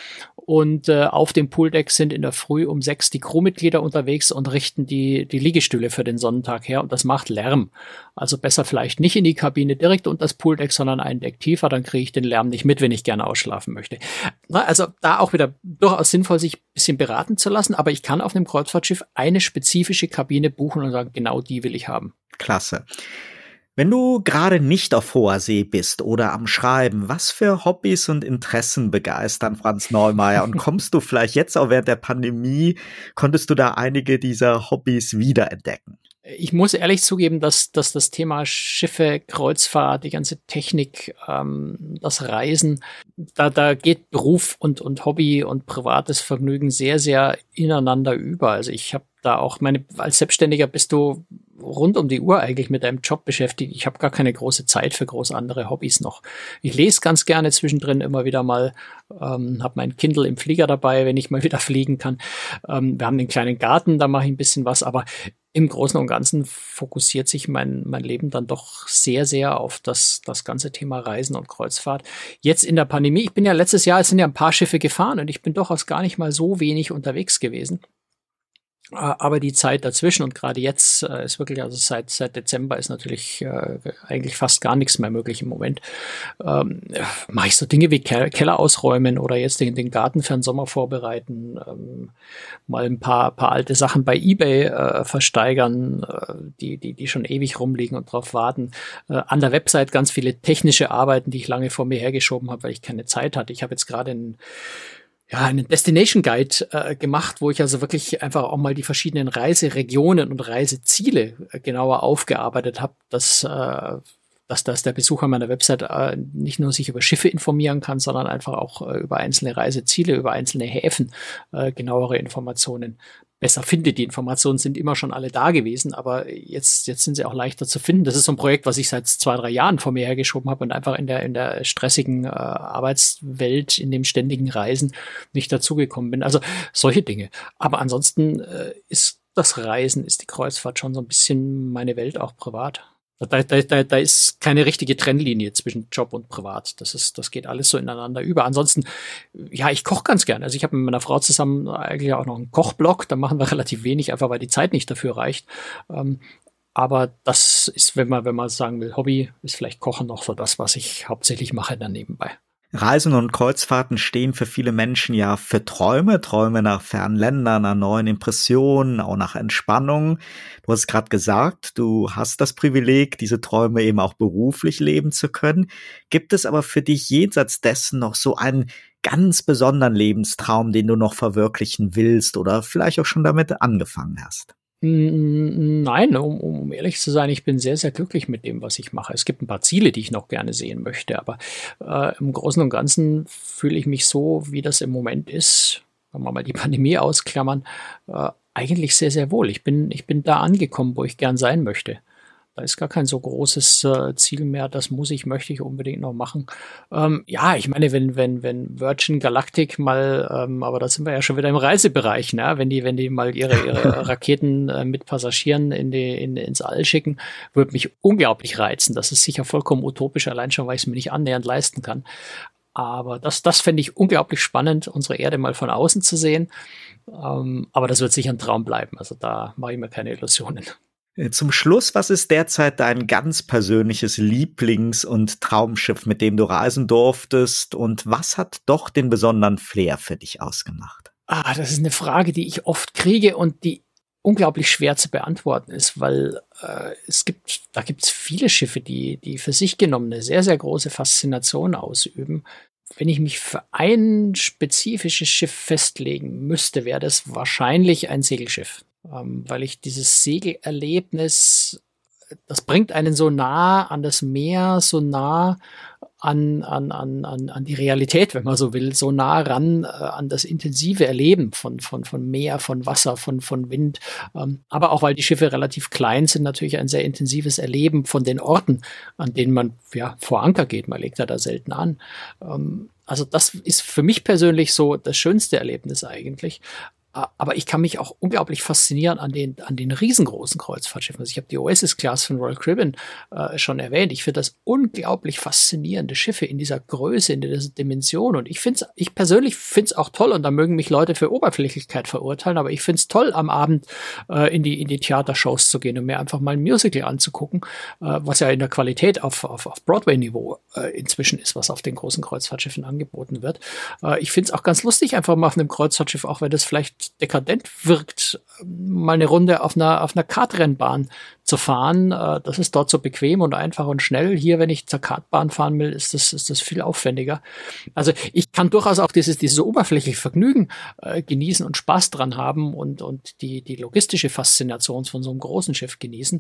Und äh, auf dem Pooldeck sind in der Früh um sechs die Crewmitglieder unterwegs und richten die, die Liegestühle für den Sonnentag her. Und das macht Lärm. Also besser vielleicht nicht in die Kabine direkt unter das Pooldeck, sondern ein Deck tiefer. Dann kriege ich den Lärm nicht mit, wenn ich gerne ausschlafen möchte. Na, also da auch wieder durchaus sinnvoll, sich ein bisschen beraten zu lassen. Aber ich kann auf einem Kreuzfahrtschiff eine spezifische Kabine buchen und sagen, genau die will ich haben.
Klasse. Wenn du gerade nicht auf hoher See bist oder am Schreiben, was für Hobbys und Interessen begeistern Franz Neumeier? Und kommst du vielleicht jetzt auch während der Pandemie, konntest du da einige dieser Hobbys wiederentdecken?
Ich muss ehrlich zugeben, dass, dass das Thema Schiffe, Kreuzfahrt, die ganze Technik, ähm, das Reisen, da, da geht Beruf und, und Hobby und privates Vergnügen sehr, sehr ineinander über. Also ich habe da auch meine, als Selbstständiger bist du rund um die Uhr eigentlich mit deinem Job beschäftigt. Ich habe gar keine große Zeit für groß andere Hobbys noch. Ich lese ganz gerne zwischendrin immer wieder mal, ähm, habe mein Kindle im Flieger dabei, wenn ich mal wieder fliegen kann. Ähm, wir haben einen kleinen Garten, da mache ich ein bisschen was, aber im Großen und Ganzen fokussiert sich mein, mein Leben dann doch sehr, sehr auf das, das ganze Thema Reisen und Kreuzfahrt. Jetzt in der Pandemie, ich bin ja letztes Jahr, es sind ja ein paar Schiffe gefahren und ich bin durchaus gar nicht mal so wenig unterwegs gewesen. Aber die Zeit dazwischen und gerade jetzt äh, ist wirklich, also seit seit Dezember ist natürlich äh, eigentlich fast gar nichts mehr möglich im Moment. Ähm, mache ich so Dinge wie Ke- Keller ausräumen oder jetzt den, den Garten für den Sommer vorbereiten, ähm, mal ein paar paar alte Sachen bei eBay äh, versteigern, äh, die die die schon ewig rumliegen und drauf warten. Äh, an der Website ganz viele technische Arbeiten, die ich lange vor mir hergeschoben habe, weil ich keine Zeit hatte. Ich habe jetzt gerade einen ja, einen Destination Guide äh, gemacht, wo ich also wirklich einfach auch mal die verschiedenen Reiseregionen und Reiseziele äh, genauer aufgearbeitet habe, dass, äh, dass, dass der Besucher meiner Website äh, nicht nur sich über Schiffe informieren kann, sondern einfach auch äh, über einzelne Reiseziele, über einzelne Häfen äh, genauere Informationen besser findet. Die Informationen sind immer schon alle da gewesen, aber jetzt, jetzt sind sie auch leichter zu finden. Das ist so ein Projekt, was ich seit zwei, drei Jahren vor mir hergeschoben habe und einfach in der, in der stressigen äh, Arbeitswelt, in dem ständigen Reisen nicht dazugekommen bin. Also solche Dinge. Aber ansonsten äh, ist das Reisen, ist die Kreuzfahrt schon so ein bisschen meine Welt auch privat. Da, da, da, da ist keine richtige Trennlinie zwischen Job und Privat. Das ist, das geht alles so ineinander über. Ansonsten, ja, ich koche ganz gern. Also ich habe mit meiner Frau zusammen eigentlich auch noch einen Kochblog. Da machen wir relativ wenig, einfach weil die Zeit nicht dafür reicht. Ähm, aber das ist, wenn man, wenn man sagen will, Hobby, ist vielleicht Kochen noch so das, was ich hauptsächlich mache dann nebenbei.
Reisen und Kreuzfahrten stehen für viele Menschen ja für Träume, Träume nach fernen Ländern, nach neuen Impressionen, auch nach Entspannung. Du hast gerade gesagt, du hast das Privileg, diese Träume eben auch beruflich leben zu können. Gibt es aber für dich jenseits dessen noch so einen ganz besonderen Lebenstraum, den du noch verwirklichen willst oder vielleicht auch schon damit angefangen hast?
Nein, um, um ehrlich zu sein, ich bin sehr, sehr glücklich mit dem, was ich mache. Es gibt ein paar Ziele, die ich noch gerne sehen möchte, aber äh, im Großen und Ganzen fühle ich mich so, wie das im Moment ist, wenn wir mal die Pandemie ausklammern, äh, eigentlich sehr, sehr wohl. Ich bin, ich bin da angekommen, wo ich gern sein möchte. Da ist gar kein so großes äh, Ziel mehr, das muss ich, möchte ich unbedingt noch machen. Ähm, ja, ich meine, wenn wenn wenn Virgin Galactic mal, ähm, aber da sind wir ja schon wieder im Reisebereich, ne? Wenn die wenn die mal ihre ihre Raketen äh, mit Passagieren in die in, ins All schicken, würde mich unglaublich reizen. Das ist sicher vollkommen utopisch, allein schon, weil ich es mir nicht annähernd leisten kann. Aber das das fände ich unglaublich spannend, unsere Erde mal von außen zu sehen. Ähm, aber das wird sicher ein Traum bleiben. Also da mache ich mir keine Illusionen.
Zum Schluss, was ist derzeit dein ganz persönliches Lieblings- und Traumschiff, mit dem du reisen durftest? Und was hat doch den besonderen Flair für dich ausgemacht?
Ah, das ist eine Frage, die ich oft kriege und die unglaublich schwer zu beantworten ist, weil äh, es gibt, da gibt es viele Schiffe, die, die für sich genommen eine sehr, sehr große Faszination ausüben. Wenn ich mich für ein spezifisches Schiff festlegen müsste, wäre das wahrscheinlich ein Segelschiff. Ähm, weil ich dieses Segelerlebnis, das bringt einen so nah an das Meer, so nah an, an, an, an, an die Realität, wenn man so will, so nah ran äh, an das intensive Erleben von, von, von Meer, von Wasser, von, von Wind. Ähm, aber auch, weil die Schiffe relativ klein sind, natürlich ein sehr intensives Erleben von den Orten, an denen man ja vor Anker geht. Man legt ja da selten an. Ähm, also das ist für mich persönlich so das schönste Erlebnis eigentlich. Aber ich kann mich auch unglaublich faszinieren an den, an den riesengroßen Kreuzfahrtschiffen. Also ich habe die Oasis-Class von Royal Caribbean äh, schon erwähnt. Ich finde das unglaublich faszinierende Schiffe in dieser Größe, in dieser Dimension. Und ich finde es, ich persönlich finde es auch toll, und da mögen mich Leute für Oberflächlichkeit verurteilen, aber ich finde es toll, am Abend äh, in die, in die Theatershows zu gehen und mir einfach mal ein Musical anzugucken, äh, was ja in der Qualität auf, auf, auf Broadway-Niveau äh, inzwischen ist, was auf den großen Kreuzfahrtschiffen angeboten wird. Äh, ich finde es auch ganz lustig, einfach mal auf einem Kreuzfahrtschiff, auch wenn das vielleicht dekadent wirkt, mal eine Runde auf einer, auf einer Kartrennbahn zu fahren. Das ist dort so bequem und einfach und schnell. Hier, wenn ich zur Kartbahn fahren will, ist das, ist das viel aufwendiger. Also ich kann durchaus auch dieses, dieses oberflächliche Vergnügen äh, genießen und Spaß dran haben und, und die, die logistische Faszination von so einem großen Schiff genießen.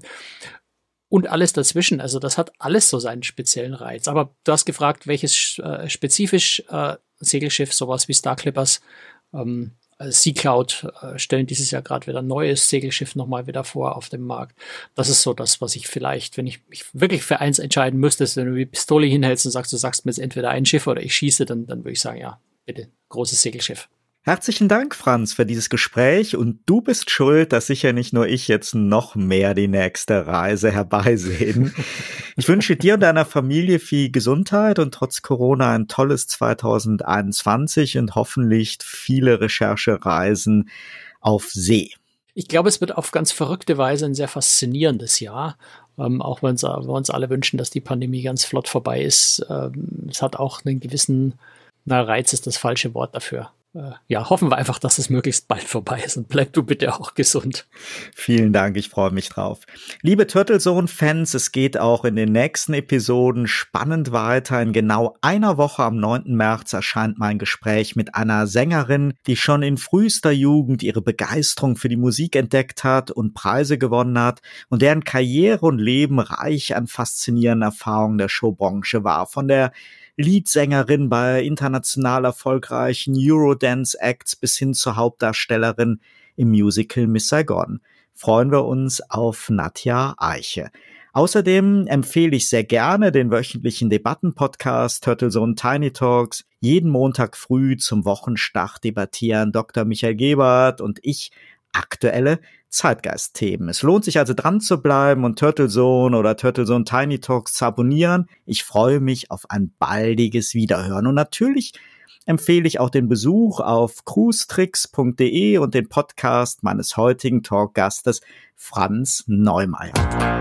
Und alles dazwischen. Also das hat alles so seinen speziellen Reiz. Aber du hast gefragt, welches äh, spezifisch äh, Segelschiff, sowas wie Star Clippers, ähm, Sea Cloud äh, stellen dieses Jahr gerade wieder ein neues Segelschiff nochmal wieder vor auf dem Markt. Das ist so das, was ich vielleicht, wenn ich mich wirklich für eins entscheiden müsste, wenn du die Pistole hinhältst und sagst, du sagst mir jetzt entweder ein Schiff oder ich schieße, dann, dann würde ich sagen, ja, bitte, großes Segelschiff.
Herzlichen Dank, Franz, für dieses Gespräch, und du bist schuld, dass sicher nicht nur ich jetzt noch mehr die nächste Reise herbeisehen. Ich wünsche dir und deiner Familie viel Gesundheit und trotz Corona ein tolles zwanzig einundzwanzig und hoffentlich viele Recherchereisen auf See.
Ich glaube, es wird auf ganz verrückte Weise ein sehr faszinierendes Jahr. Ähm, auch wenn wir uns alle wünschen, dass die Pandemie ganz flott vorbei ist. Ähm, es hat auch einen gewissen, na, Reiz ist das falsche Wort dafür. Ja, hoffen wir einfach, dass es möglichst bald vorbei ist, und bleib du bitte auch gesund.
Vielen Dank, ich freue mich drauf. Liebe Turtlesohn-Fans, es geht auch in den nächsten Episoden spannend weiter. In genau einer Woche am neunten März erscheint mein Gespräch mit einer Sängerin, die schon in frühester Jugend ihre Begeisterung für die Musik entdeckt hat und Preise gewonnen hat und deren Karriere und Leben reich an faszinierenden Erfahrungen der Showbranche war. Von der Leadsängerin bei international erfolgreichen Eurodance-Acts bis hin zur Hauptdarstellerin im Musical Miss Saigon. Freuen wir uns auf Nadja Eiche. Außerdem empfehle ich sehr gerne den wöchentlichen Debatten-Podcast Turtlesohn Tiny Talks. Jeden Montag früh zum Wochenstart debattieren Doktor Michael Gebert und ich aktuelle Zeitgeist-Themen. Es lohnt sich also dran zu bleiben und Turtlesohn oder Turtlesohn Tiny Talks zu abonnieren. Ich freue mich auf ein baldiges Wiederhören. Und natürlich empfehle ich auch den Besuch auf cruise tricks punkt de und den Podcast meines heutigen Talkgastes Franz Neumeier.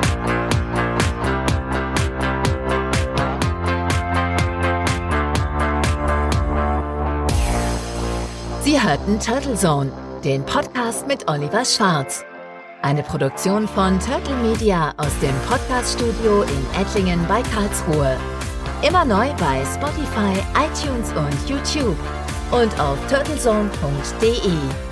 Sie hörten Turtlezone, den Podcast mit Oliver Schwarz. Eine Produktion von Turtle Media aus dem Podcaststudio in Ettlingen bei Karlsruhe. Immer neu bei Spotify, iTunes und YouTube und auf turtlezone punkt de.